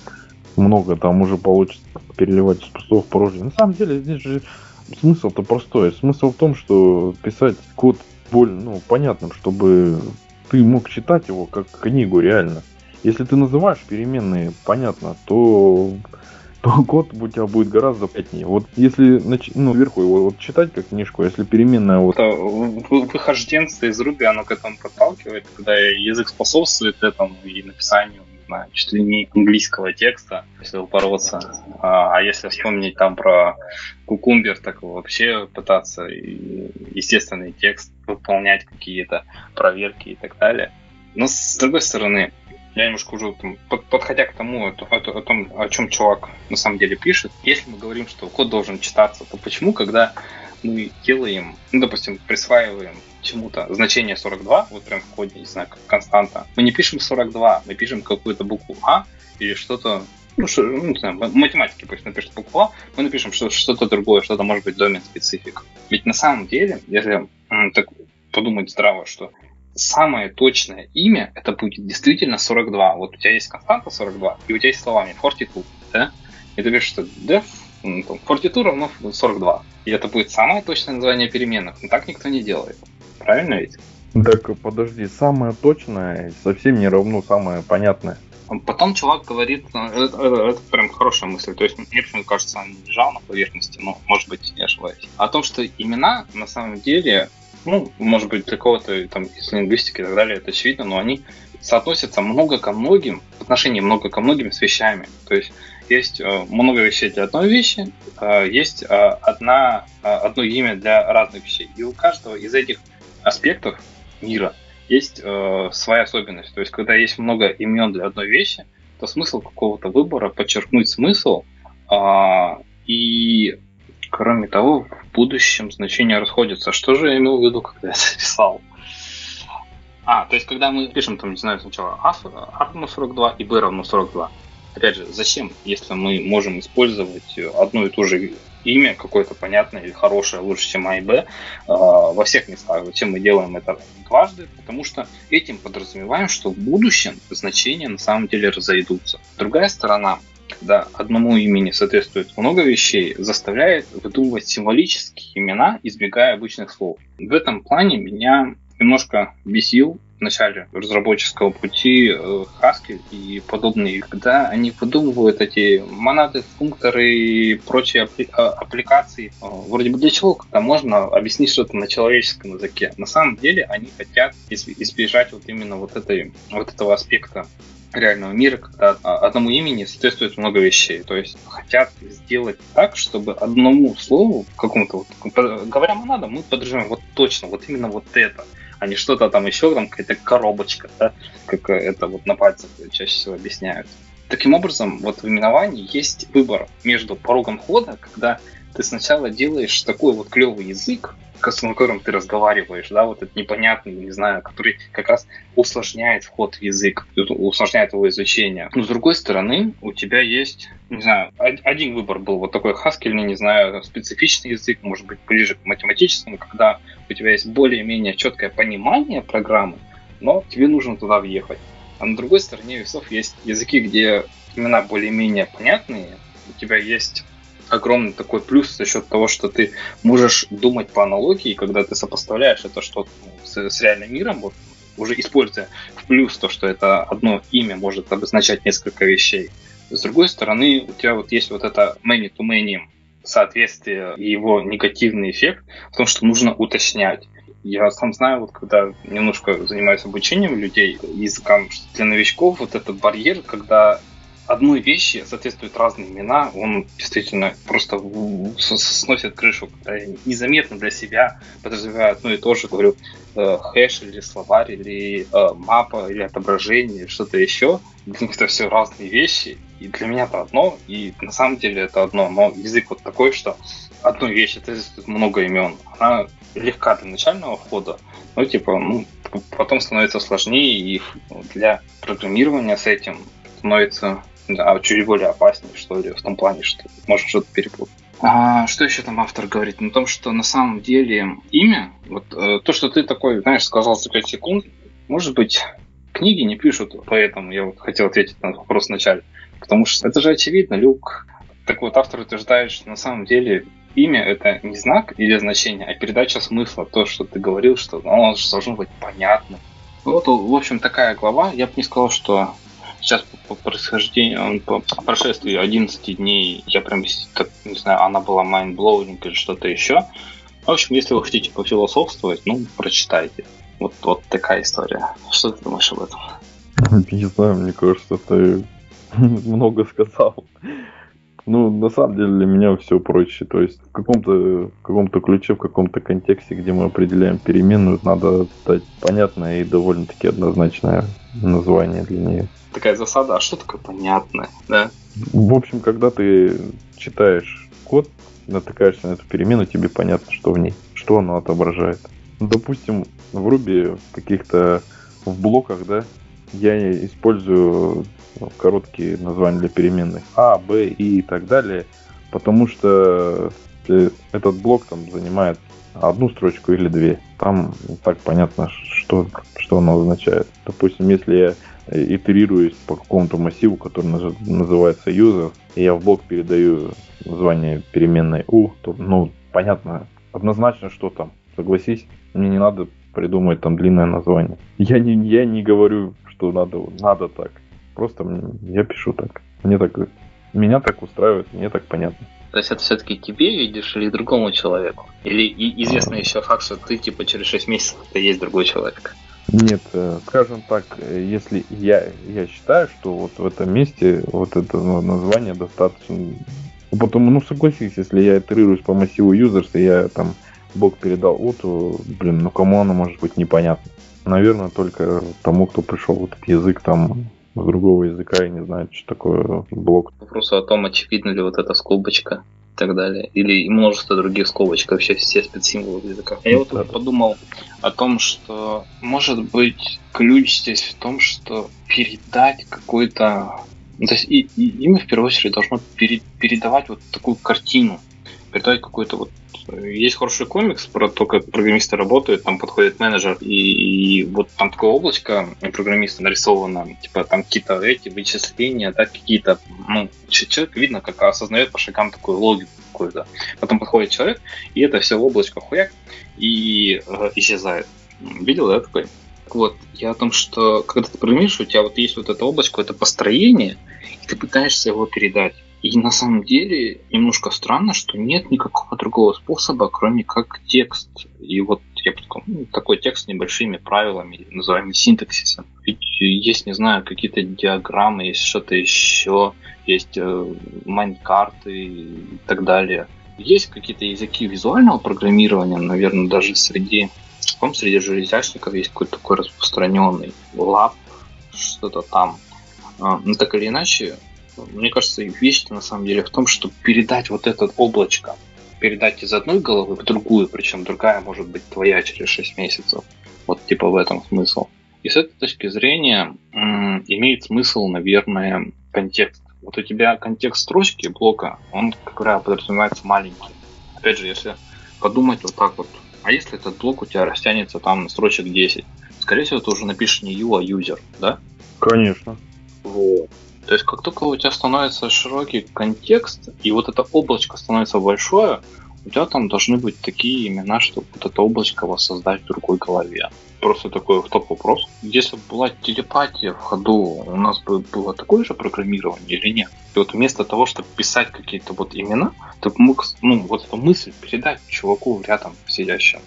много, там уже получится переливать из пустого в порожнее. На самом деле, здесь же смысл-то простой. Смысл в том, что писать код более, ну, понятным, чтобы ты мог читать его как книгу реально. Если ты называешь переменные понятно, то... то код у тебя будет гораздо понятнее. Вот если ну, вверху его вот читать как книжку, если переменная вот...
Это выхожденство из Ruby, оно к этому подталкивает, когда язык способствует этому и написанию, не знаю, чуть ли не английского текста, если упороться. А, а если вспомнить там про Cucumber, так вообще пытаться естественный текст выполнять, какие-то проверки и так далее. Но с другой стороны, я немножко уже там, под, подходя к тому, о, о, о том, о чем чувак на самом деле пишет, если мы говорим, что код должен читаться, то почему, когда мы делаем, ну, допустим, присваиваем чему-то значение сорок два, вот прям в коде, не знаю, как константа, мы не пишем сорок два, мы пишем какую-то букву А или что-то, ну, что, ну не знаю, математики пусть напишут букву А, мы напишем что, что-то другое, что-то может быть домен-специфик. Ведь на самом деле, если м, так подумать здраво, что самое точное имя это будет действительно сорок два. Вот у тебя есть константа сорок два, и у тебя есть словами форти ту, да? И ты пишешь, что def форти ту равно сорок два. И это будет самое точное название переменных. Но так никто не делает. Правильно ведь?
Так, подожди, самое точное совсем не равно самое понятное.
Потом чувак говорит, это, это, это прям хорошая мысль, то есть мне почему-то кажется, он не лежал на поверхности, но может быть я ошибаюсь. О том, что имена на самом деле, ну, может быть, для кого-то там из лингвистики и так далее, это очевидно, но они соотносятся много ко многим, в отношении много ко многим с вещами. То есть есть э, много вещей для одной вещи, э, есть э, одна, э, одно имя для разных вещей. И у каждого из этих аспектов мира есть э, своя особенность. То есть, когда есть много имен для одной вещи, то смысл какого-то выбора подчеркнуть смысл, э, и, кроме того, в будущем значения расходятся. Что же я имел в виду, когда я это писал? А, то есть, когда мы пишем, там, не знаю, сначала А равно сорок два и B равно сорок два, Опять же, зачем, если мы можем использовать одно и то же имя, какое-то понятное или хорошее, лучше, чем А и Б, во всех местах. Зачем мы делаем это дважды? Потому что этим подразумеваем, что в будущем значения на самом деле разойдутся. Другая сторона, когда одному имени соответствует много вещей, заставляет выдумывать символические имена, избегая обычных слов. В этом плане меня немножко бесил в начале разработческого пути Haskell и подобные, когда они выдумывают эти монады, функторы и прочие аппликации. Вроде бы для чего, когда можно объяснить что-то на человеческом языке. На самом деле они хотят избежать вот именно вот, этой, вот этого аспекта реального мира, когда одному имени соответствует много вещей. То есть хотят сделать так, чтобы одному слову, какому-то, вот, говоря монада, мы подразумеваем вот точно, вот именно вот это, а не что-то там еще, там какая-то коробочка, да, как это вот на пальцах чаще всего объясняют. Таким образом, вот в именовании есть выбор между порогом входа, когда ты сначала делаешь такой вот клевый язык, с которым ты разговариваешь, да, вот этот непонятный, не знаю, который как раз усложняет вход в язык, усложняет его изучение. Но с другой стороны, у тебя есть, не знаю, один выбор был вот такой Haskell, не знаю, специфичный язык, может быть, ближе к математическому, когда у тебя есть более-менее четкое понимание программы, но тебе нужно туда въехать. А на другой стороне весов есть языки, где имена более-менее понятные, у тебя есть огромный такой плюс за счет того, что ты можешь думать по аналогии, когда ты сопоставляешь это что-то с, с реальным миром, вот, уже используя в плюс то, что это одно имя может обозначать несколько вещей. С другой стороны, у тебя вот есть вот это many-to-many соответствие и его негативный эффект в том, что нужно уточнять. Я сам знаю, вот когда немножко занимаюсь обучением людей языкам для новичков, вот этот барьер, когда одной вещи соответствуют разные имена, он действительно просто сносит крышу, когда я незаметно для себя подразумеваю одно и то же, говорю э, хэш или словарь, или э, мапа, или отображение, или что-то еще. Для них это все разные вещи, и для меня это одно, и на самом деле это одно, но язык вот такой, что одной вещи соответствует много имен, она легка для начального входа, но типа, ну, потом становится сложнее, и для программирования с этим становится да, чуть более опаснее, что ли, в том плане, что можно что-то перепутать. А что еще там автор говорит? На том, что на самом деле имя, вот э, то, что ты такой, знаешь, сказал за пять секунд, может быть, книги не пишут, поэтому я вот хотел ответить на этот вопрос вначале. Потому что это же очевидно, Люк. Так вот, автор утверждает, что на самом деле имя — это не знак или значение, а передача смысла. То, что ты говорил, что оно должно быть понятно. Вот, в общем, такая глава. Я бы не сказал, что сейчас по, по происхождению, по прошествии одиннадцати дней, я прям, не знаю, она была mind-blowing или что-то еще. В общем, если вы хотите пофилософствовать, ну, прочитайте. Вот, вот такая история. Что ты думаешь об этом?
Не знаю, мне кажется, ты много сказал. Ну, на самом деле для меня все проще. То есть в каком-то, в каком-то ключе, в каком-то контексте, где мы определяем переменную, надо дать понятное и довольно-таки однозначное название для нее.
Такая засада, а что такое понятное, да?
В общем, когда ты читаешь код, натыкаешься на эту перемену, тебе понятно, что в ней, что она отображает. Допустим, в Ruby каких-то в блоках, да, я использую короткие названия для переменных А, Б, И и так далее, потому что этот блок там занимает одну строчку или две. Там так понятно, что, что оно означает. Допустим, если я итерируюсь по какому-то массиву, который называется user, и я в блок передаю название переменной U, то, ну, понятно, однозначно, что там. Согласись, мне не надо придумать там длинное название. Я не, я не говорю, что надо, надо так. Просто я пишу так. Мне так, меня так устраивает, мне так понятно.
То есть это все-таки тебе видишь или другому человеку? Или и известно а... еще факт, что ты типа через шесть месяцев ты есть другой человек?
Нет, скажем так, если я, я считаю, что вот в этом месте вот это название достаточно... Потому, ну согласись, если я итерируюсь по массиву users, и я там блок передал O, то, блин, ну кому оно может быть непонятно? Наверное, только тому, кто пришел в этот язык там с другого языка и не знает, что такое блок.
Вопрос о том, очевидно ли вот эта скобочка и так далее. Или множество других скобочек, вообще все спецсимволы в языках. Я вот тут подумал о том, что может быть ключ здесь в том, что передать какой-то Ну, то есть и, и имя в первую очередь должно пере, передавать вот такую картину, передавать какой-то вот... Есть хороший комикс про то, как программисты работают, там подходит менеджер, и, и вот там такое облачко программиста нарисовано, типа там какие-то эти вычисления, да, какие-то... Ну, человек видно, как осознает по шагам такую логику какую-то. Потом подходит человек, и это все в облачко хуяк, и э, исчезает. Видел, да, такой? Вот, я о том, что когда ты программируешь, у тебя вот есть вот это облачко, это построение, и ты пытаешься его передать. И на самом деле немножко странно, что нет никакого другого способа, кроме как текст. И вот я бы сказал, ну, такой текст с небольшими правилами, называемый синтаксисом. Ведь есть, не знаю, какие-то диаграммы, есть что-то еще, есть э, майнкарты и так далее. Есть какие-то языки визуального программирования, наверное, даже среди, по-моему, среди железячников есть какой-то такой распространенный лаб, что-то там. Но так или иначе, мне кажется, вещь на самом деле в том, что передать вот это облачко, передать из одной головы в другую, причем другая может быть твоя через шесть месяцев. Вот типа в этом смысл. И с этой точки зрения м- имеет смысл, наверное, контекст. Вот у тебя контекст строчки блока, он, как правило, подразумевается маленький. Опять же, если подумать вот так вот, а если этот блок у тебя растянется там на строчек десять, скорее всего, ты уже напишешь не you, а user, да?
Конечно.
Вот. То есть, как только у тебя становится широкий контекст, и вот это облачко становится большое, у тебя там должны быть такие имена, чтобы вот это облачко воссоздать в другой голове. Просто такой топ-вопрос. Если бы была телепатия в ходу, у нас бы было такое же программирование или нет? И вот вместо того, чтобы писать какие-то вот имена, ты мог, ну, вот эту мысль передать чуваку рядом сидящему.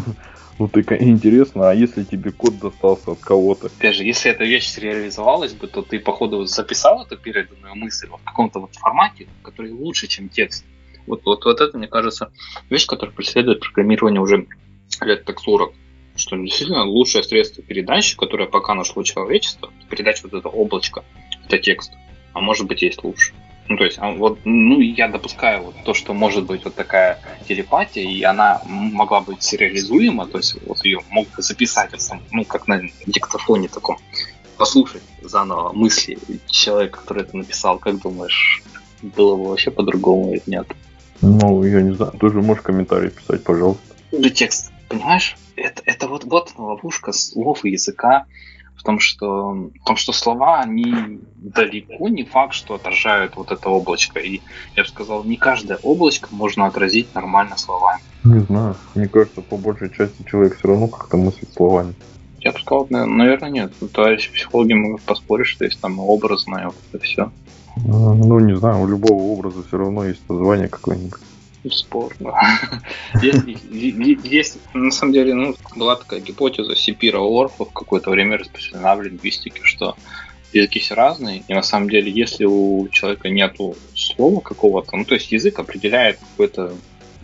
Ну, ты интересно, а если тебе код достался от кого-то?
Опять же, если эта вещь реализовалась бы, то ты, походу, записал эту переданную мысль в каком-то вот формате, который лучше, чем текст. Вот, вот, вот это, мне кажется, вещь, которая преследует программирование уже лет так сорок. Что действительно лучшее средство передачи, которое пока нашло человечество, передать вот это облачко, это текст. А может быть, есть лучше. Ну, то есть, вот, ну, я допускаю вот то, что может быть вот такая телепатия, и она могла быть реализуема, то есть вот ее мог записать, ну, как на диктофоне таком, послушать заново мысли человека, который это написал. Как думаешь, было бы вообще по-другому или нет?
Ну, я не знаю, ты же можешь комментарий писать, пожалуйста.
Да, текст, понимаешь? Это, это вот, вот ловушка слов и языка, в том, что, в том, что слова, они далеко не факт, что отражают вот это облачко. И я бы сказал, не каждое облачко можно отразить нормально словами.
Не знаю. Мне кажется, по большей части человек все равно как-то мыслит словами.
Я бы сказал, наверное, нет. Товарищи психологи могут поспорить, что есть там образное, вот это все.
Ну, не знаю, у любого образа все равно есть название какое-нибудь.
Спорно. Есть, есть, на самом деле, ну, была такая гипотеза Сапира-Уорфа в какое-то время распространена в лингвистике, что языки все разные, и на самом деле, если у человека нету слова какого-то, ну, то есть язык определяет какой-то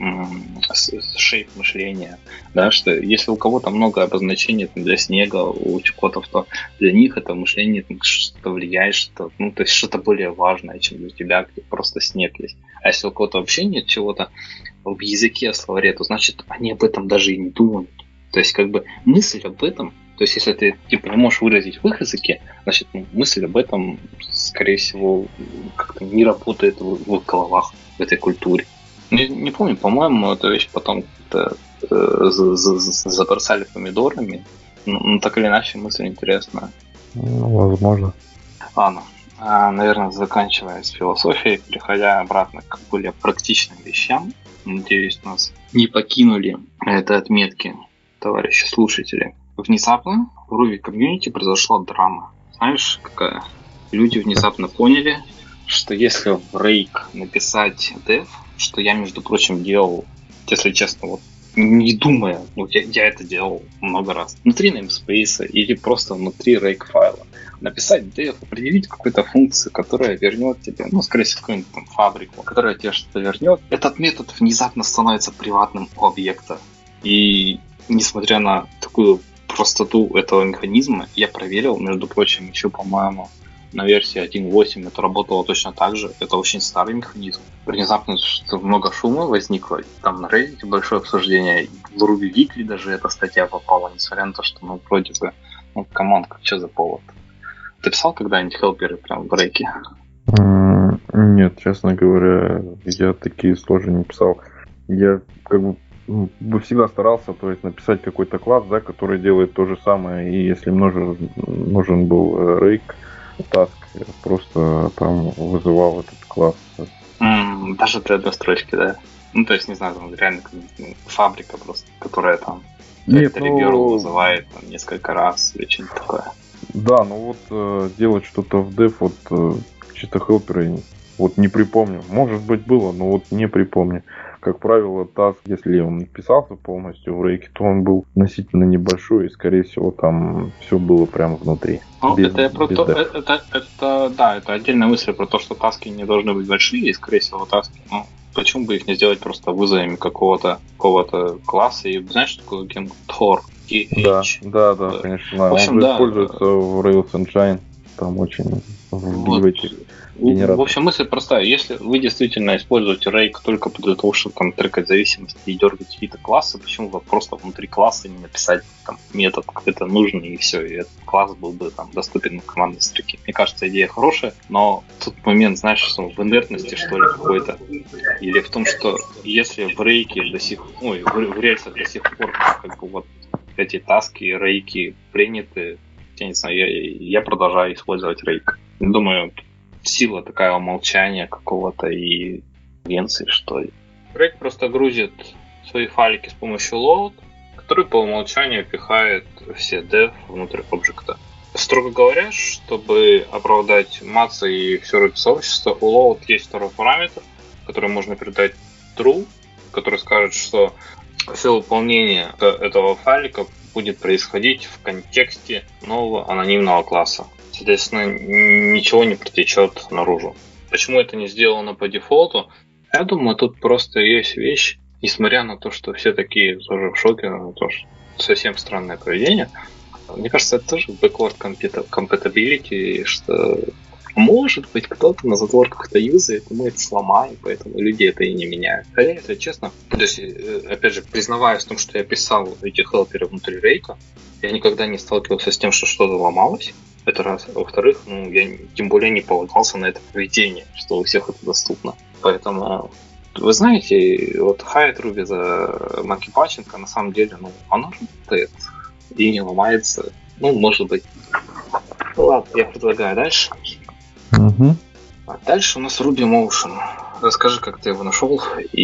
шейп мышления, да, что если у кого-то много обозначений там, для снега, у чего-то, то для них это мышление там, что-то влияет, что ну, то есть что-то более важное, чем для тебя, где просто снег есть. А если у кого-то вообще нет чего-то в языке, словаре, то значит они об этом даже и не думают. То есть как бы мысль об этом, то есть если ты типа не можешь выразить в их языке, значит ну, мысль об этом, скорее всего, как-то не работает в, в их головах, в этой культуре. Не, не помню, по-моему, эту вещь потом э, забросали помидорами. Ну, ну, так или иначе, мысль интересная.
Ну, возможно.
Ладно. А, наверное, заканчивая с философией, переходя обратно к более практичным вещам. Надеюсь, нас не покинули это отметки, товарищи слушатели. Внезапно в Ruby комьюнити произошла драма. Знаешь, какая? Люди внезапно поняли, что если в Rake написать dev, что я, между прочим, делал, если честно, вот не думая, вот я, я это делал много раз, внутри namespace или просто внутри Rake файла, написать dev, определить какую-то функцию, которая вернет тебе, ну, скорее всего, какую-нибудь там фабрику, которая тебе что-то вернет, этот метод внезапно становится приватным у объекта. И несмотря на такую простоту этого механизма, я проверил, между прочим, еще, по-моему, на версии один точка восемь это работало точно так же. Это очень старый механизм. Внезапно что много шума возникло. Там на Reddit большое обсуждение. В Ruby Weekly даже эта статья попала, несмотря на то, что, ну, вроде бы, ну, камон, что за повод? Ты писал когда-нибудь хелперы прям в рейке?
М, Нет, честно говоря, я такие сложно не писал. Я как бы ну, бы всегда старался, то есть написать какой-то класс, да, который делает то же самое, и если нужен, нужен был э, рейк, таск, я просто там вызывал этот класс.
М, даже для одной строчки, да? Ну, то есть, не знаю, там реально как, ну, фабрика просто, которая там
Нет,
factory girl
ну,
вызывает там несколько раз или что-нибудь такое.
да, ну вот э, делать что-то в дев, вот э, чисто хелперы, вот не припомню. Может быть было, но вот не припомню. Как правило, таск, если он писался полностью в рейке, то он был относительно небольшой, и, скорее всего, там все было прямо внутри.
Ну,
Без,
это я про
без
то,
дев.
это, это, это, да, это отдельная мысль про то, что таски не должны быть большие, и, скорее всего, таски, ну, почему бы их не сделать просто вызовами какого-то, какого-то класса, и знаешь, что такое ген Tor?
Да,
Th.
да, да, конечно, знаю.
В
Он
общем,
же
да,
используется в Rails Engine, там очень в,
вот.
в этих
В
генераторах.
общем, мысль простая. Если вы действительно используете рейк только для того, чтобы там трекать зависимости и дергать какие-то классы, почему бы просто внутри класса не написать там метод какой-то нужный, и все, и этот класс был бы там доступен в командной строке. Мне кажется, идея хорошая, но тут момент, знаешь, что в инертности, что ли, какой-то, или в том, что если в рейке до сих ой, в, в рельсах до сих пор как бы вот эти таски, рейки приняты, я не знаю, я, я продолжаю использовать рейк. Думаю, сила такая умолчания какого-то и агенции, что ли. Рейк просто грузит свои файлики с помощью load, который по умолчанию пихает все dev внутрь объекта. Строго говоря, чтобы оправдать мацы и все Ruby сообщество, у load есть второй параметр, который можно передать true, который скажет, что все выполнение этого файлика будет происходить в контексте нового анонимного класса. Соответственно, ничего не протечет наружу. Почему это не сделано по дефолту? Я думаю, тут просто есть вещь, несмотря на то, что все такие тоже в шоке, на то, что совсем странное поведение. Мне кажется, это тоже backward compatibility, что может быть кто-то на затворках это юзает, и мы это сломаем, поэтому люди это и не меняют. Хотя, если честно, то есть, опять же, признаваясь в том, что я писал эти хелперы внутри рейка, я никогда не сталкивался с тем, что что-то ломалось. Это раз. Во-вторых, ну, я тем более не полагался на это поведение, что у всех это доступно. Поэтому, вы знаете, вот Hide Ruby за Monkey Patching, на самом деле, ну, оно работает и не ломается. Ну, может быть. Ну, ладно, я предлагаю дальше.
Угу.
А дальше у нас Ruby Motion. Расскажи, как ты его нашел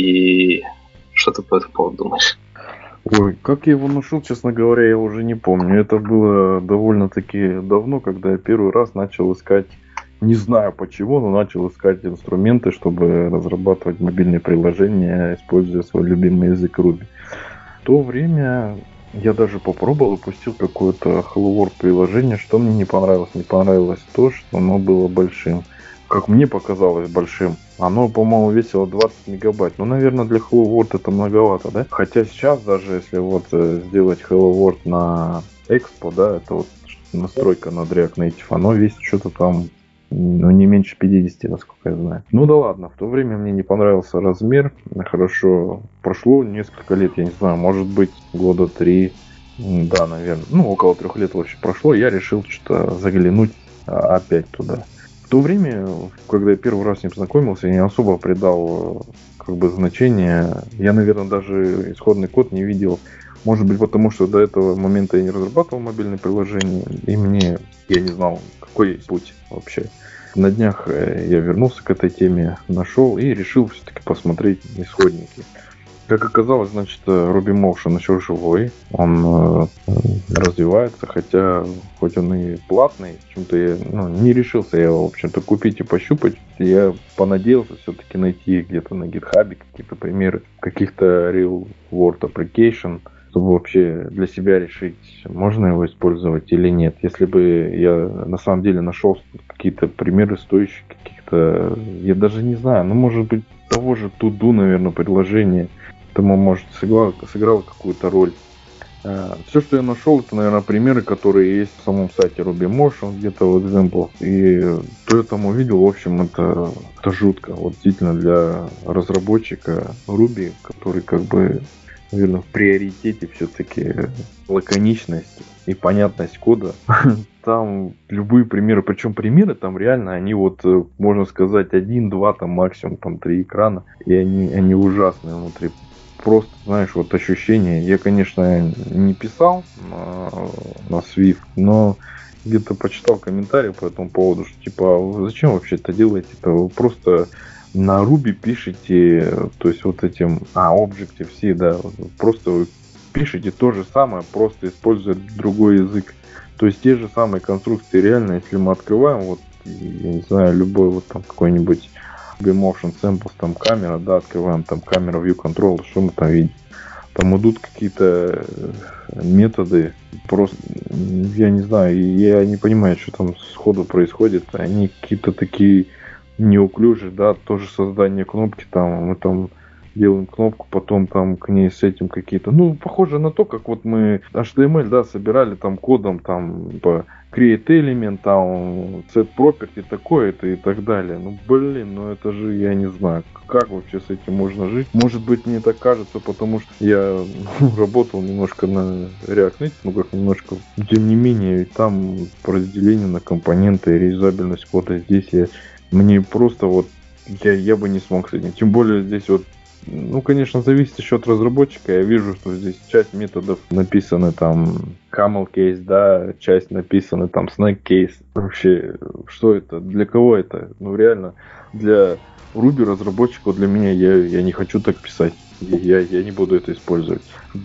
и что ты по этому поводу думаешь?
Ой, как я его нашел, честно говоря, я уже не помню. Это было довольно-таки давно, когда я первый раз начал искать, не знаю почему, но начал искать инструменты, чтобы разрабатывать мобильные приложения, используя свой любимый язык Ruby. В то время я даже попробовал, запустил какое-то Hello World приложение, что мне не понравилось. Не понравилось то, что оно было большим. Как мне показалось большим. Оно, по-моему, весило двадцать мегабайт. Ну, наверное, для Hello World это многовато, да? Хотя сейчас даже, если вот сделать Hello World на Expo, да, это вот настройка над React Native, оно весит что-то там, ну, не меньше пятьдесят, насколько я знаю. Ну да ладно, в то время мне не понравился размер. Хорошо, прошло несколько лет, я не знаю, может быть, года три. Да, наверное. Ну, около трех лет вообще прошло. Я решил что-то заглянуть опять туда. В то время, когда я первый раз с ним знакомился, я не особо придал как бы значение. Я, наверное, даже исходный код не видел. Может быть, потому что до этого момента я не разрабатывал мобильное приложение, и мне, я не знал, какой есть путь вообще. На днях я вернулся к этой теме, нашел и решил все-таки посмотреть исходники. Как оказалось, значит, Ruby Motion еще живой, он э, развивается, хотя хоть он и платный, почему-то я ну, не решился я его, в общем-то, купить и пощупать. Я понадеялся все-таки найти где-то на GitHub какие-то примеры каких-то real world application, чтобы вообще для себя решить, можно его использовать или нет. Если бы я на самом деле нашел какие-то примеры стоящие каких-то, я даже не знаю, ну может быть того же To-Do, наверное, приложения, тому, может, сыграло, сыграло какую-то роль. Все, что я нашел, это, наверное, примеры, которые есть в самом сайте Ruby Motion, где-то в Examples. И то я там увидел, в общем, это, это жутко. Вот действительно для разработчика Ruby, который как бы, наверное, в приоритете все-таки лаконичность, и понятность кода. Там любые примеры, причем примеры там реально, они вот, можно сказать, один, два, там максимум, там три экрана, и они, они ужасные внутри. Просто, знаешь, вот ощущение. Я, конечно, не писал на, на Swift, но где-то почитал комментарии по этому поводу, что типа, вы зачем вообще это делаете-то? Вы просто на Ruby пишете, то есть вот этим, а, Objective-C, да, просто вы пишете то же самое, просто используя другой язык. То есть те же самые конструкции реально, если мы открываем, вот, я не знаю, любой вот там какой-нибудь Motion Samples, там камера, да, открываем там камера View Control, что мы там видим? Там идут какие-то методы, просто, я не знаю, я не понимаю, что там сходу происходит, они какие-то такие неуклюжие, да, тоже создание кнопки, там, мы там делаем кнопку, потом там к ней с этим какие-то, ну, похоже на то, как вот мы эйч ти эм эль, да, собирали там кодом, там, по create element, там, set property, такое-то и так далее. Ну, блин, ну это же, я не знаю, как вообще с этим можно жить. Может быть, мне так кажется, потому что я ну, работал немножко на React Native, ну, как немножко, тем не менее, там по разделению на компоненты и реюзабельность кода здесь я, мне просто вот, я, я бы не смог с этим. Тем более здесь вот, ну, конечно, зависит еще от разработчика. Я вижу, что здесь часть методов написаны там camel case, да, часть написаны там snake case. Вообще, что это? Для кого это? Ну, реально, для Ruby разработчика, для меня, я, я не хочу так писать. Я, я не буду это использовать.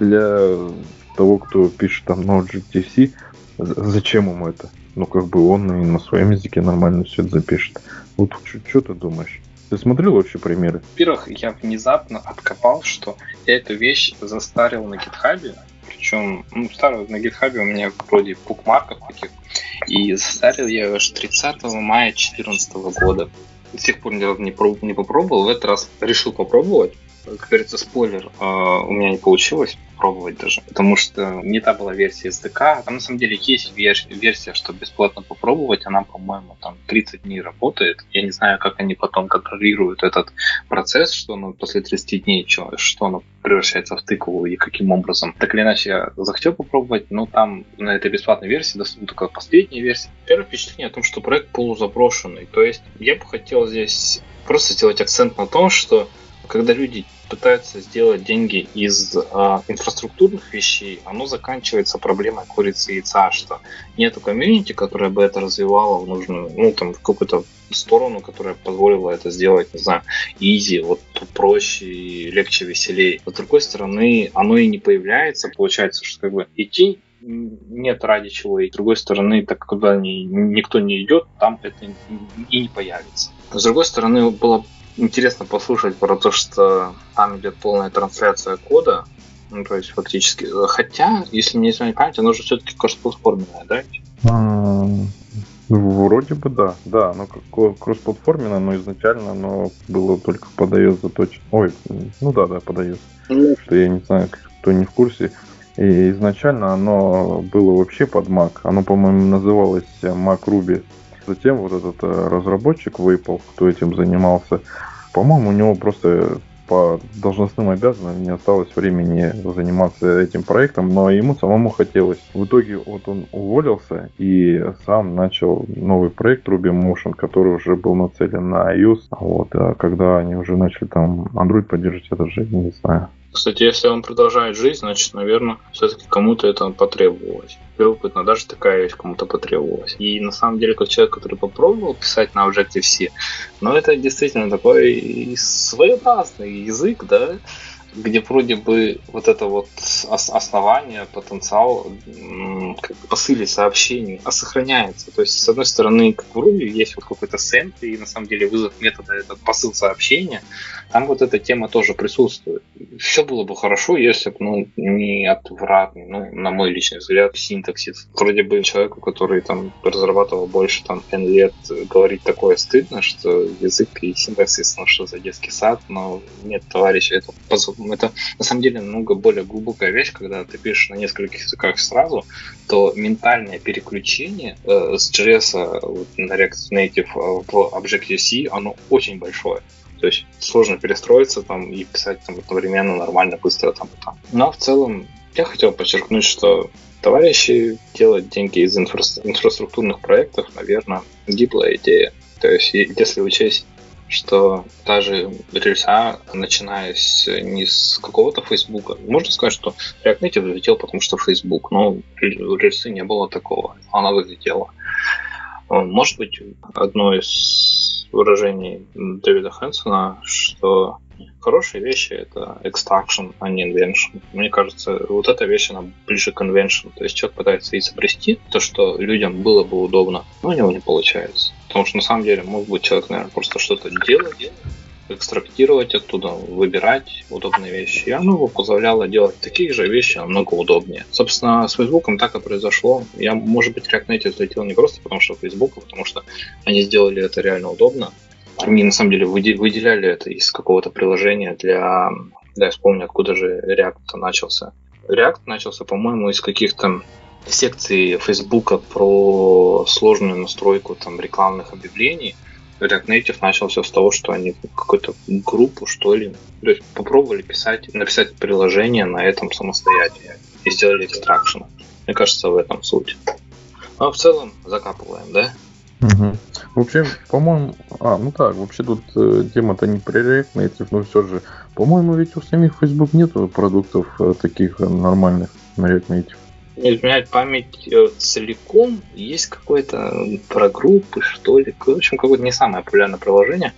Для того, кто пишет там на Objective-C, зачем ему это? Ну, как бы он и на своем языке нормально все это запишет. Вот что ты думаешь? Ты смотрел вообще примеры?
Во-первых, я внезапно откопал, что я эту вещь застарил на гитхабе. Причем, ну, старый на гитхабе у меня вроде букмарков таких. И застарил я его аж тридцатого мая две тысячи четырнадцатого года. До сих пор ни разу не, проб- не попробовал. В этот раз решил попробовать. Как говорится, спойлер, у меня не получилось пробовать даже, потому что не та была версия эс ди кей. Там на самом деле есть версия, что бесплатно попробовать. Она, по-моему, там тридцать дней работает. Я не знаю, как они потом контролируют этот процесс, что оно после тридцати дней, что, что оно превращается в тыкву и каким образом. Так или иначе, я захотел попробовать, но там на этой бесплатной версии доступна только последняя версия. Первое впечатление о том, что проект полузаброшенный. То есть я бы хотел здесь просто сделать акцент на том, что когда люди пытаются сделать деньги из э, инфраструктурных вещей, оно заканчивается проблемой курицы и яйца, что нету комьюнити, которая бы это развивала в нужную, ну, там, в какую-то сторону, которая позволила это сделать, не знаю, easy, вот проще и легче, веселее. С другой стороны, оно и не появляется, получается, что как бы идти нет ради чего, и с другой стороны, так куда ни, никто не идет, там это и не появится. С другой стороны, было интересно послушать про то, что там идет полная трансляция кода, ну, то есть фактически, хотя, если мне не память, оно же все-таки кроссплатформенное, да?
А, вроде бы да, да, оно кроссплатформенное, но изначально оно было только под iOS заточено. Ой, ну да, да, под iOS. Mm. Что я не знаю, кто не в курсе. И изначально оно было вообще под Mac. Оно, по-моему, называлось Mac Ruby. Затем вот этот разработчик Вейпл, кто этим занимался, по-моему, у него просто по должностным обязанностям не осталось времени заниматься этим проектом, но ему самому хотелось. В итоге вот он уволился и сам начал новый проект Ruby Motion, который уже был нацелен на iOS. Вот, а когда они уже начали там Android поддерживать, это же не знаю.
Кстати, если он продолжает жить, значит, наверное, все-таки кому-то это потребовалось. Любопытно, даже такая вещь кому-то потребовалась. И на самом деле, как человек, который попробовал писать на Objective-C, но это действительно такой своеобразный язык, да, где вроде бы вот это вот основание, потенциал как бы посыле сообщений а сохраняется. То есть, с одной стороны, как в Ruby есть вот какой-то сенд, и на самом деле вызов метода — это посыл сообщения. Там вот эта тема тоже присутствует. Все было бы хорошо, если бы, ну, не отвратный, ну, на мой личный взгляд, синтаксис. Вроде бы человеку, который там разрабатывал больше там N лет, говорить такое стыдно, что язык и синтаксис, ну, что за детский сад, но нет, товарищи, это это на самом деле намного более глубокая вещь, когда ты пишешь на нескольких языках сразу, то ментальное переключение э, с джей эс вот, на React Native в Objective-C, оно очень большое. То есть сложно перестроиться там и писать там одновременно, нормально, быстро там и там. Но в целом я хотел подчеркнуть, что товарищи, делать деньги из инфра- инфраструктурных проектов, наверное, гиблая идея. То есть, если учесть, что та же рельса, начиная с, не с какого-то Фейсбука, можно сказать, что React Native взлетел, потому что Facebook, но у рельсы не было такого, она взлетела. Может быть, одно из выражений Дэвида Хэнсона, что хорошие вещи — это extraction, а не invention. Мне кажется, вот эта вещь, она ближе к invention. То есть человек пытается изобрести то, что людям было бы удобно, но у него не получается. Потому что на самом деле, может быть, человек, наверное, просто что-то делает, экстрактировать оттуда, выбирать удобные вещи. И оно его позволяло делать такие же вещи намного удобнее. Собственно, с Фейсбуком так и произошло. Я, может быть, React Native взлетел не просто потому, что Facebook, а потому что они сделали это реально удобно. Они, на самом деле, выделяли это из какого-то приложения для... Да, я вспомню, откуда же React начался. React начался, по-моему, из каких-то секций Фейсбука про сложную настройку там рекламных объявлений. React Native начался с того, что они какую-то группу, что ли, то есть попробовали писать, написать приложение на этом самостоятельно и сделали экстракшн. Мне кажется, в этом суть. А в целом закапываем, да?
Угу. Вообще, по-моему, а, ну так, вообще тут э, тема-то не про React Native, но все же, по-моему, ведь у самих Facebook нету продуктов э, таких нормальных на React Native.
Не изменяет память э, целиком, есть какое-то про группы, что ли. В общем, какое-то не самое популярное приложение.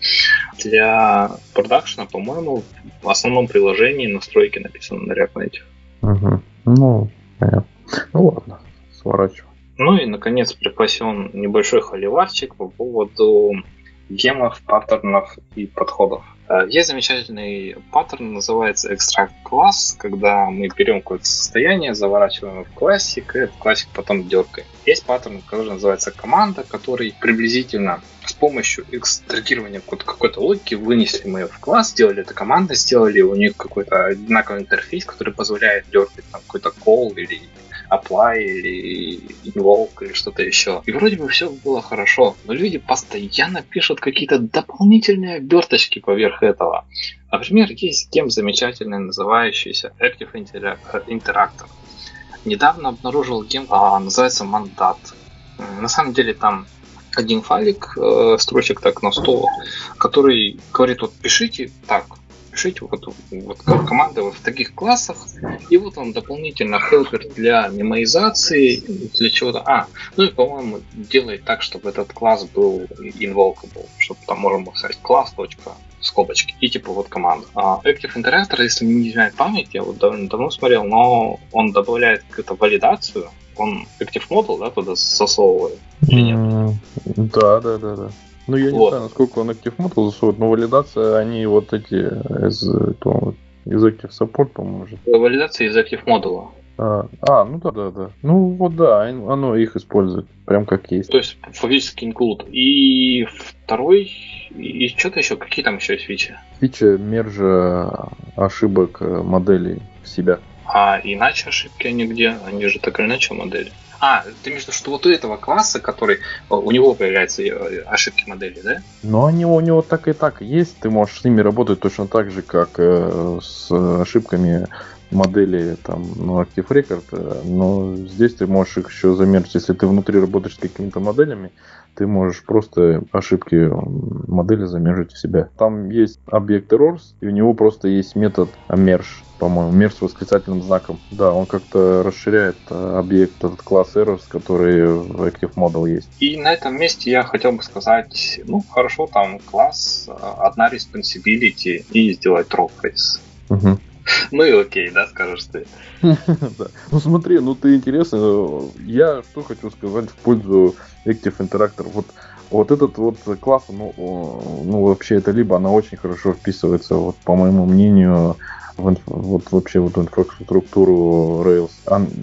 Для продакшена, по-моему, в основном приложении настройки написаны на React Native.
Угу. Ну, понятно. Ну ладно, сворачиваю.
Ну и, наконец, припасен небольшой холиварчик по поводу гемов, паттернов и подходов. Есть замечательный паттерн, называется extract class, когда мы берем какое-то состояние, заворачиваем в классик, и этот классик потом дергаем. Есть паттерн, который называется команда, который приблизительно с помощью экстрагирования какой-то логики вынесли мы в класс, сделали это командой, сделали у них какой-то одинаковый интерфейс, который позволяет дергать там какой-то call или apply или invoke или что-то еще. И вроде бы все было хорошо, но люди постоянно пишут какие-то дополнительные оберточки поверх этого. Например, есть гем замечательный, называющийся Active Interactor. Недавно обнаружил гем, а, называется Mandat. На самом деле там один файлик, э, строчек так на сто, который говорит, вот пишите так, пишите вот, вот команды вот в таких классах, и вот он дополнительно хелпер для мемоизации, для чего-то. А, ну и, по-моему, делает так, чтобы этот класс был invocable, чтобы там можно было сказать класс, точка, скобочки, и типа вот команда. А Active Interactor, если не изменяет память, я вот давно, давно смотрел, но он добавляет какую-то валидацию, он Active Model, да, туда засовывает, или нет?
Mm, да, да, да, да. Ну, я не вот. знаю, насколько он Active Model засовывает, но валидация, они вот эти из, то, из Active Support, по-моему, же.
Валидация из Active Model.
А, а, ну да, да, да. Ну вот да, оно их использует, прям как есть.
То есть фактически include. И второй, и что-то еще, какие там еще есть фичи?
Фича мержа ошибок моделей в себя.
А иначе ошибки они где? Они же так или иначе модели. А, ты имеешь в виду, что вот у этого класса, который у него появляются ошибки модели, да?
Ну, они у него так и так есть. Ты можешь с ними работать точно так же, как э, с ошибками модели там, ну, Active Record, но здесь ты можешь их еще замерить. Если ты внутри работаешь с какими-то моделями, ты можешь просто ошибки модели замержить в себя. Там есть объект errors, и у него просто есть метод merge, по-моему, merge с восклицательным знаком. Да, он как-то расширяет объект, этот класс errors, который в Active Model есть.
И на этом месте я хотел бы сказать, ну, хорошо, там класс, одна responsibility и сделать throw phrase.
Угу.
Ну и окей, да, скажешь ты.
Да. Ну смотри, ну ты интересно. Я что хочу сказать в пользу Active Interactor. Вот, вот этот вот класс, ну, ну вообще это либо она очень хорошо вписывается, вот по моему мнению, в, вот вообще вот в инфраструктуру Rails.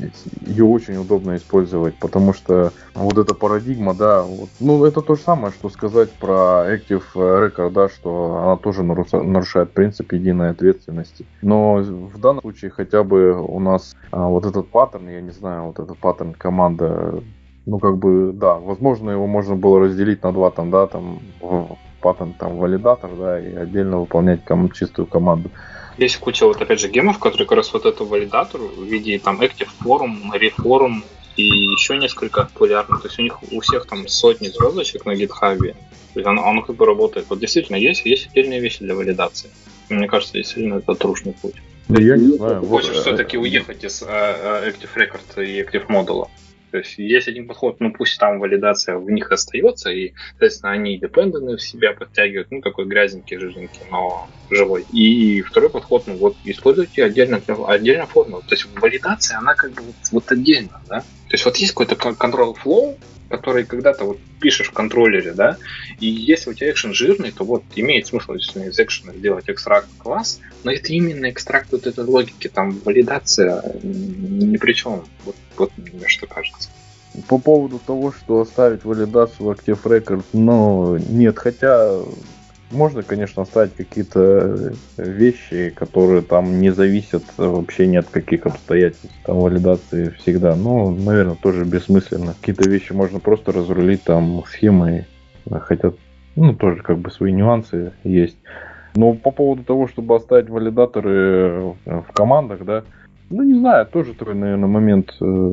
Ее очень удобно использовать, потому что вот эта парадигма, да, вот, ну это то же самое, что сказать про Active Record, да, что она тоже нарушает принцип единой ответственности. Но в данном случае хотя бы у нас а, вот этот паттерн, я не знаю, вот этот паттерн команда, ну как бы, да, возможно его можно было разделить на два, там, да, там, паттерн, там, валидатор, да, и отдельно выполнять ком- чистую команду.
есть куча, вот опять же, гемов, которые как раз вот эту валидатор в виде там Active Forum, Reform и еще несколько популярных. То есть у них у всех там сотни звездочек на GitHub. То есть оно, оно как бы работает. Вот действительно есть, есть отдельные вещи для валидации. Мне кажется, действительно это трушный путь.
Да я не знаю.
Хочешь
вот,
все-таки
э,
уехать из э, Active Record и Active Model. То есть есть один подход, ну пусть там валидация в них остается, и, соответственно, они депенденты в себя подтягивают, ну такой грязненький, жирненький, но живой. И второй подход, ну вот, используйте отдельно, отдельно формулу. То есть валидация, она как бы вот, вот отдельно, да. То есть вот есть какой-то control flow, который когда-то вот пишешь в контроллере, да, и если у тебя экшен жирный, то вот имеет смысл из экшена сделать экстракт класс, но это именно экстракт вот этой логики, там валидация ни при чем, вот, вот мне что кажется.
По поводу того, что оставить валидацию в Active Record, ну, нет, хотя можно, конечно, оставить какие-то вещи, которые там не зависят вообще ни от каких обстоятельств, там валидации всегда, ну, наверное, тоже бессмысленно. Какие-то вещи можно просто разрулить там схемой, хотя, ну, тоже как бы свои нюансы есть. Но по поводу того, чтобы оставить валидаторы в командах, да, ну, не знаю, тоже такой, наверное, момент.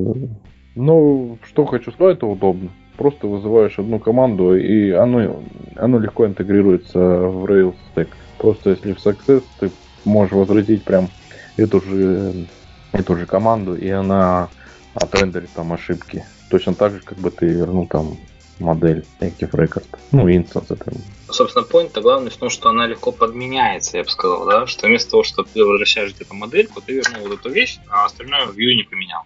Но что хочу сказать, это удобно. Просто вызываешь одну команду, и оно, оно легко интегрируется в Rails stack. Просто если в Success ты можешь возвратить прям эту же, эту же команду, и она отрендерит там ошибки. Точно так же, как бы ты вернул там модель Active Record. Ну, инстанс это.
Собственно, point-то главное в том, что она легко подменяется, я бы сказал, да, что вместо того, что ты возвращаешь где-то модельку, ты вернул вот эту вещь, а остальное в view не поменял.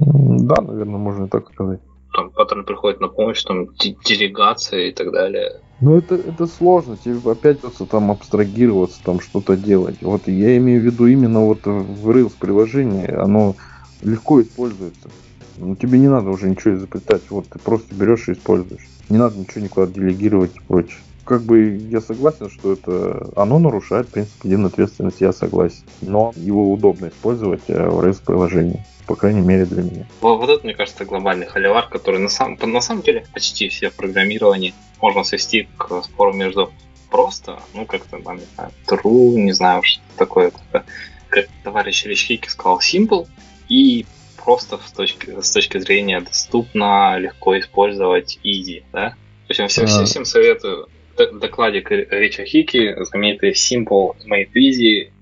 Да, наверное, можно так сказать.
Там паттерн приходит на помощь, там делегация и так далее.
Ну, это, это сложно, тебе опять придется там абстрагироваться, там что-то делать. Вот я имею в виду именно вот в Rails приложении, оно легко используется. Ну, тебе не надо уже ничего изобретать, вот ты просто берешь и используешь. Не надо ничего никуда делегировать и прочее. Как бы я согласен, что это оно нарушает принцип единой ответственности, я согласен. Но его удобно использовать в Rails приложении. По крайней мере для меня.
Вот, вот это, мне кажется, глобальный холивар, который на самом, на самом деле почти все в программировании можно свести к спору между просто, ну как-то там, не знаю, true, не знаю, что такое, как товарищ Ричхики сказал, simple, и просто с точки, с точки зрения доступно, легко использовать, easy, да? То есть я всем, всем, всем советую в докладе Рича Хики, знаменитый simple made easy,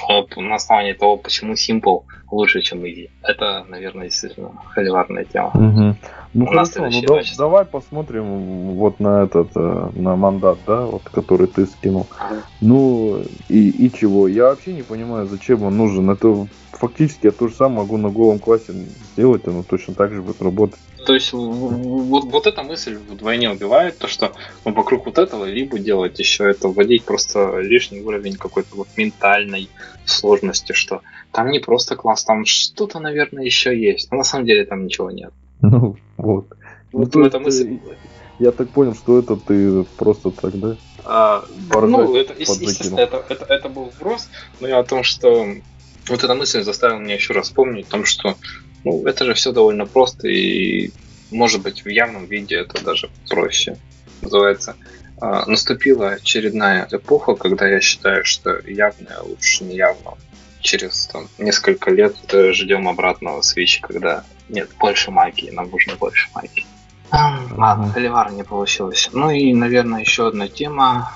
на основании того, почему simple лучше, чем easy. Это, наверное, действительно холиварная тема.
Угу. Ну,
У нас
хорошо, ну, да, давай посмотрим вот на этот, на мандат, да, вот, который ты скинул. Ага. Ну, и, и чего? Я вообще не понимаю, зачем он нужен. Это фактически я то же самое могу на голом классе сделать, оно точно так же будет работать.
То есть вот, вот эта мысль вдвойне убивает, то что ну, вокруг вот этого либо делать еще это, вводить просто лишний уровень какой-то вот ментальной сложности, что там не просто класс, там что-то, наверное, еще есть, но на самом деле там ничего нет.
Ну, вот.
Вот
ну,
эта мысль...
Я так понял, что это ты просто так, да?
А, ну, это, естественно, это, это, это был вброс, но я о том, что вот эта мысль заставила меня еще раз вспомнить о том, что ну, это же все довольно просто, и, может быть, в явном виде это даже проще. Называется, э, наступила очередная эпоха, когда я считаю, что явное лучше неявного. Через там, несколько лет ждем обратного свича, когда нет больше магии, нам нужно больше магии. Ладно, холивар не получилось. Ну и, наверное, еще одна тема,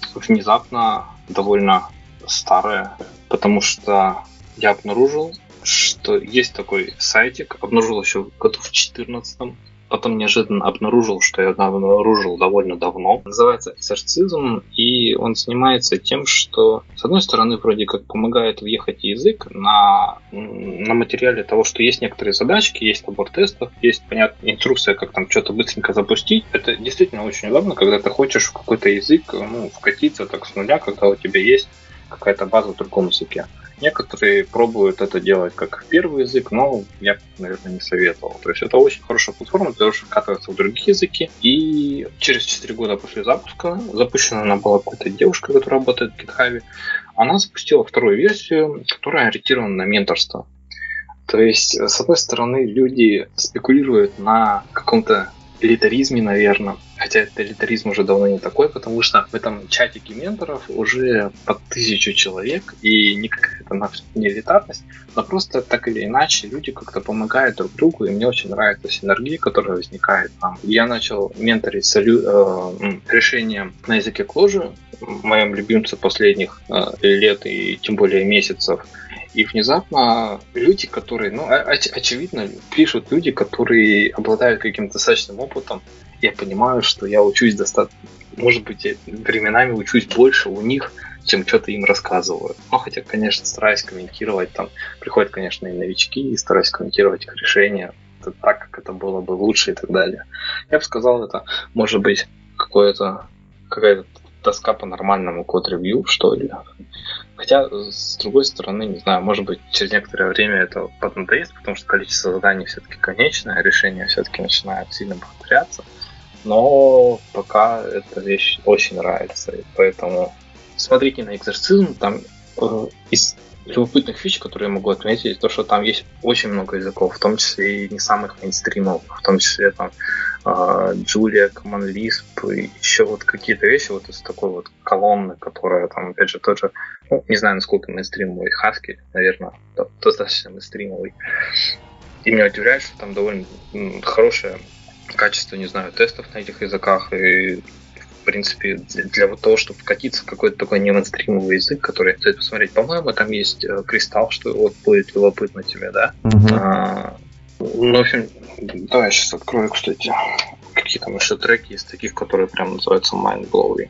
внезапно довольно старая, потому что я обнаружил, что есть такой сайтик, обнаружил еще в году в четырнадцатом, потом неожиданно обнаружил, что я обнаружил довольно давно. Называется Exercism, и он занимается тем, что, с одной стороны, вроде как помогает въехать язык на, на материале того, что есть некоторые задачки, есть набор тестов, есть, понятная инструкция, как там что-то быстренько запустить. Это действительно очень удобно, когда ты хочешь в какой-то язык ну, вкатиться так с нуля, когда у тебя есть какая-то база в другом языке. Некоторые пробуют это делать как первый язык, но я, наверное, не советовал. То есть это очень хорошая платформа для того, чтобы вкатываться в другие языки. И через четыре года после запуска, запущена она была какой-то девушка, которая работает в GitHub, она запустила вторую версию, которая ориентирована на менторство. То есть, с одной стороны, люди спекулируют на каком-то элитаризме, наверное, Хотя тоталитаризм уже давно не такой, потому что в этом чатике менторов уже под тысячу человек, и не какая-то не элитарность, но просто так или иначе люди как-то помогают друг другу, и мне очень нравится синергия, которая возникает там. Я начал менторить солю... э, решение на языке Clojure, моем любимце последних э, лет и тем более месяцев. И внезапно люди, которые, ну, оч- очевидно, пишут люди, которые обладают каким-то достаточным опытом. Я понимаю, что я учусь достаточно, может быть, временами учусь больше у них, чем что-то им рассказываю. Ну, хотя, конечно, стараюсь комментировать, там, приходят, конечно, и новички, и стараюсь комментировать их решения так, как это было бы лучше и так далее. Я бы сказал, это может быть какое-то, какая-то тоска по нормальному код-ревью, что ли. Хотя, с другой стороны, не знаю, может быть, через некоторое время это поднадоест, потому что количество заданий все-таки конечное, решения все-таки начинают сильно повторяться. Но пока эта вещь очень нравится, и поэтому смотрите на экзорцизм, там э, из любопытных фич, которые я могу отметить, то, что там есть очень много языков, в том числе и не самых мейнстримов, в том числе там Julia, Common Lisp, и еще вот какие-то вещи вот из такой вот колонны, которая там, опять же, тоже, ну, не знаю, насколько мейнстримовый, Husky, наверное, достаточно мейнстримовый. И меня удивляет, что там довольно хорошее качество, не знаю, тестов на этих языках, и в принципе, для, для вот того, чтобы вкатиться в какой-то такой не-мейнстримовый язык, который стоит посмотреть, по-моему, там есть э, кристалл, что вот будет любопытно тебе, да? Uh-huh. А, ну, в общем, давай я сейчас открою, кстати, какие там еще треки есть таких, которые прям называются mind-blowing.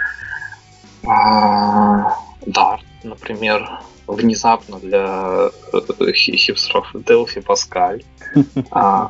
А, Dart, например, внезапно для хипстеров Delphi Pascal. А,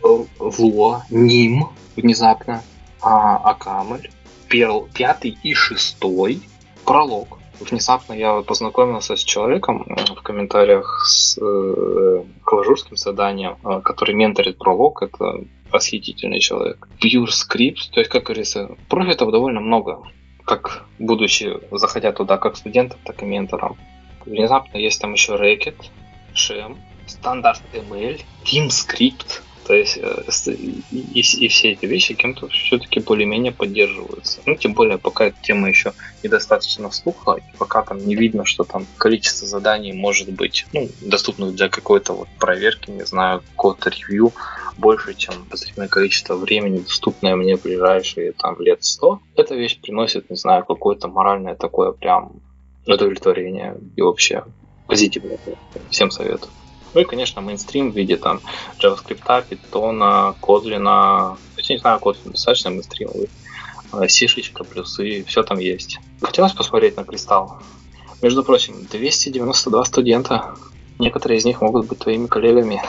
Lua, Nim внезапно, а, Акамль, Перл пятый и шестой, Пролог. Внезапно я познакомился с человеком в комментариях с э, клажурским заданием, э, который менторит Пролог. Это восхитительный человек. Pure Scripts, то есть, как говорится, профитов довольно много, как будучи, заходя туда как студентом, так и ментором. Внезапно есть там еще Racket, Shem, Standard эм эл, TeamScript. То есть и, и, и все эти вещи кем-то все-таки более-менее поддерживаются. Ну, тем более, пока эта тема еще недостаточно встухла, и пока там не видно, что там количество заданий может быть, ну, доступных для какой-то вот проверки, не знаю, код-ревью, больше, чем посредственное количество времени, доступное мне в ближайшие там лет сто. Эта вещь приносит, не знаю, какое-то моральное такое прям удовлетворение и вообще позитивное. Всем советую. Ну и, конечно, мейнстрим в виде там JavaScript, Python, Kotlin, я не знаю, Kotlin достаточно мейнстримовый, C-шечка, плюсы, все там есть. Хотелось посмотреть на кристалл. Между прочим, двести девяносто два студента. Некоторые из них могут быть твоими коллегами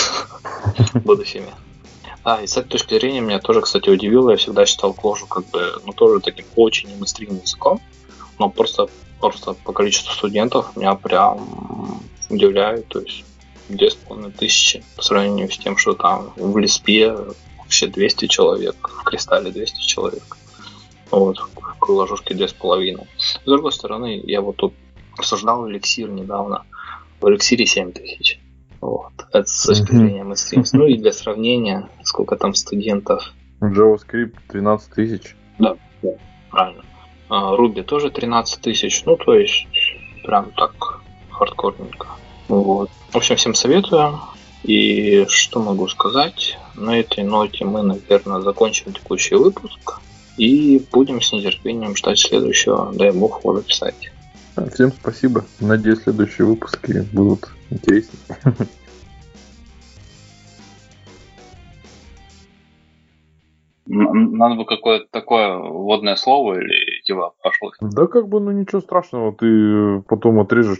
будущими. А, и с этой точки зрения меня тоже, кстати, удивило. Я всегда считал Clojure как бы, ну, тоже таким очень мейнстримным языком. Но просто, просто по количеству студентов меня прям удивляет. То есть две с половиной тысячи по сравнению с тем, что там в Лиспе вообще двести человек, в Кристалле двести человек. Вот, в Clojure две с половиной. С другой стороны, я вот тут обсуждал эликсир недавно. В эликсире семь тысяч. Вот. Это с точки зрения мейнстрима. Ну и для сравнения, сколько там студентов.
JavaScript тринадцать тысяч.
Да, да, правильно. Ruby тоже тринадцать тысяч. Ну, то есть, прям так хардкорненько. Вот. В общем, всем советую. И что могу сказать? На этой ноте мы, наверное, закончим текущий выпуск. И будем с нетерпением ждать следующего. Дай бог его записать.
Всем спасибо. Надеюсь, следующие выпуски будут интереснее.
Надо бы какое-то такое вводное слово или дела пошло.
Да как бы, ну ничего страшного. Ты потом отрежешь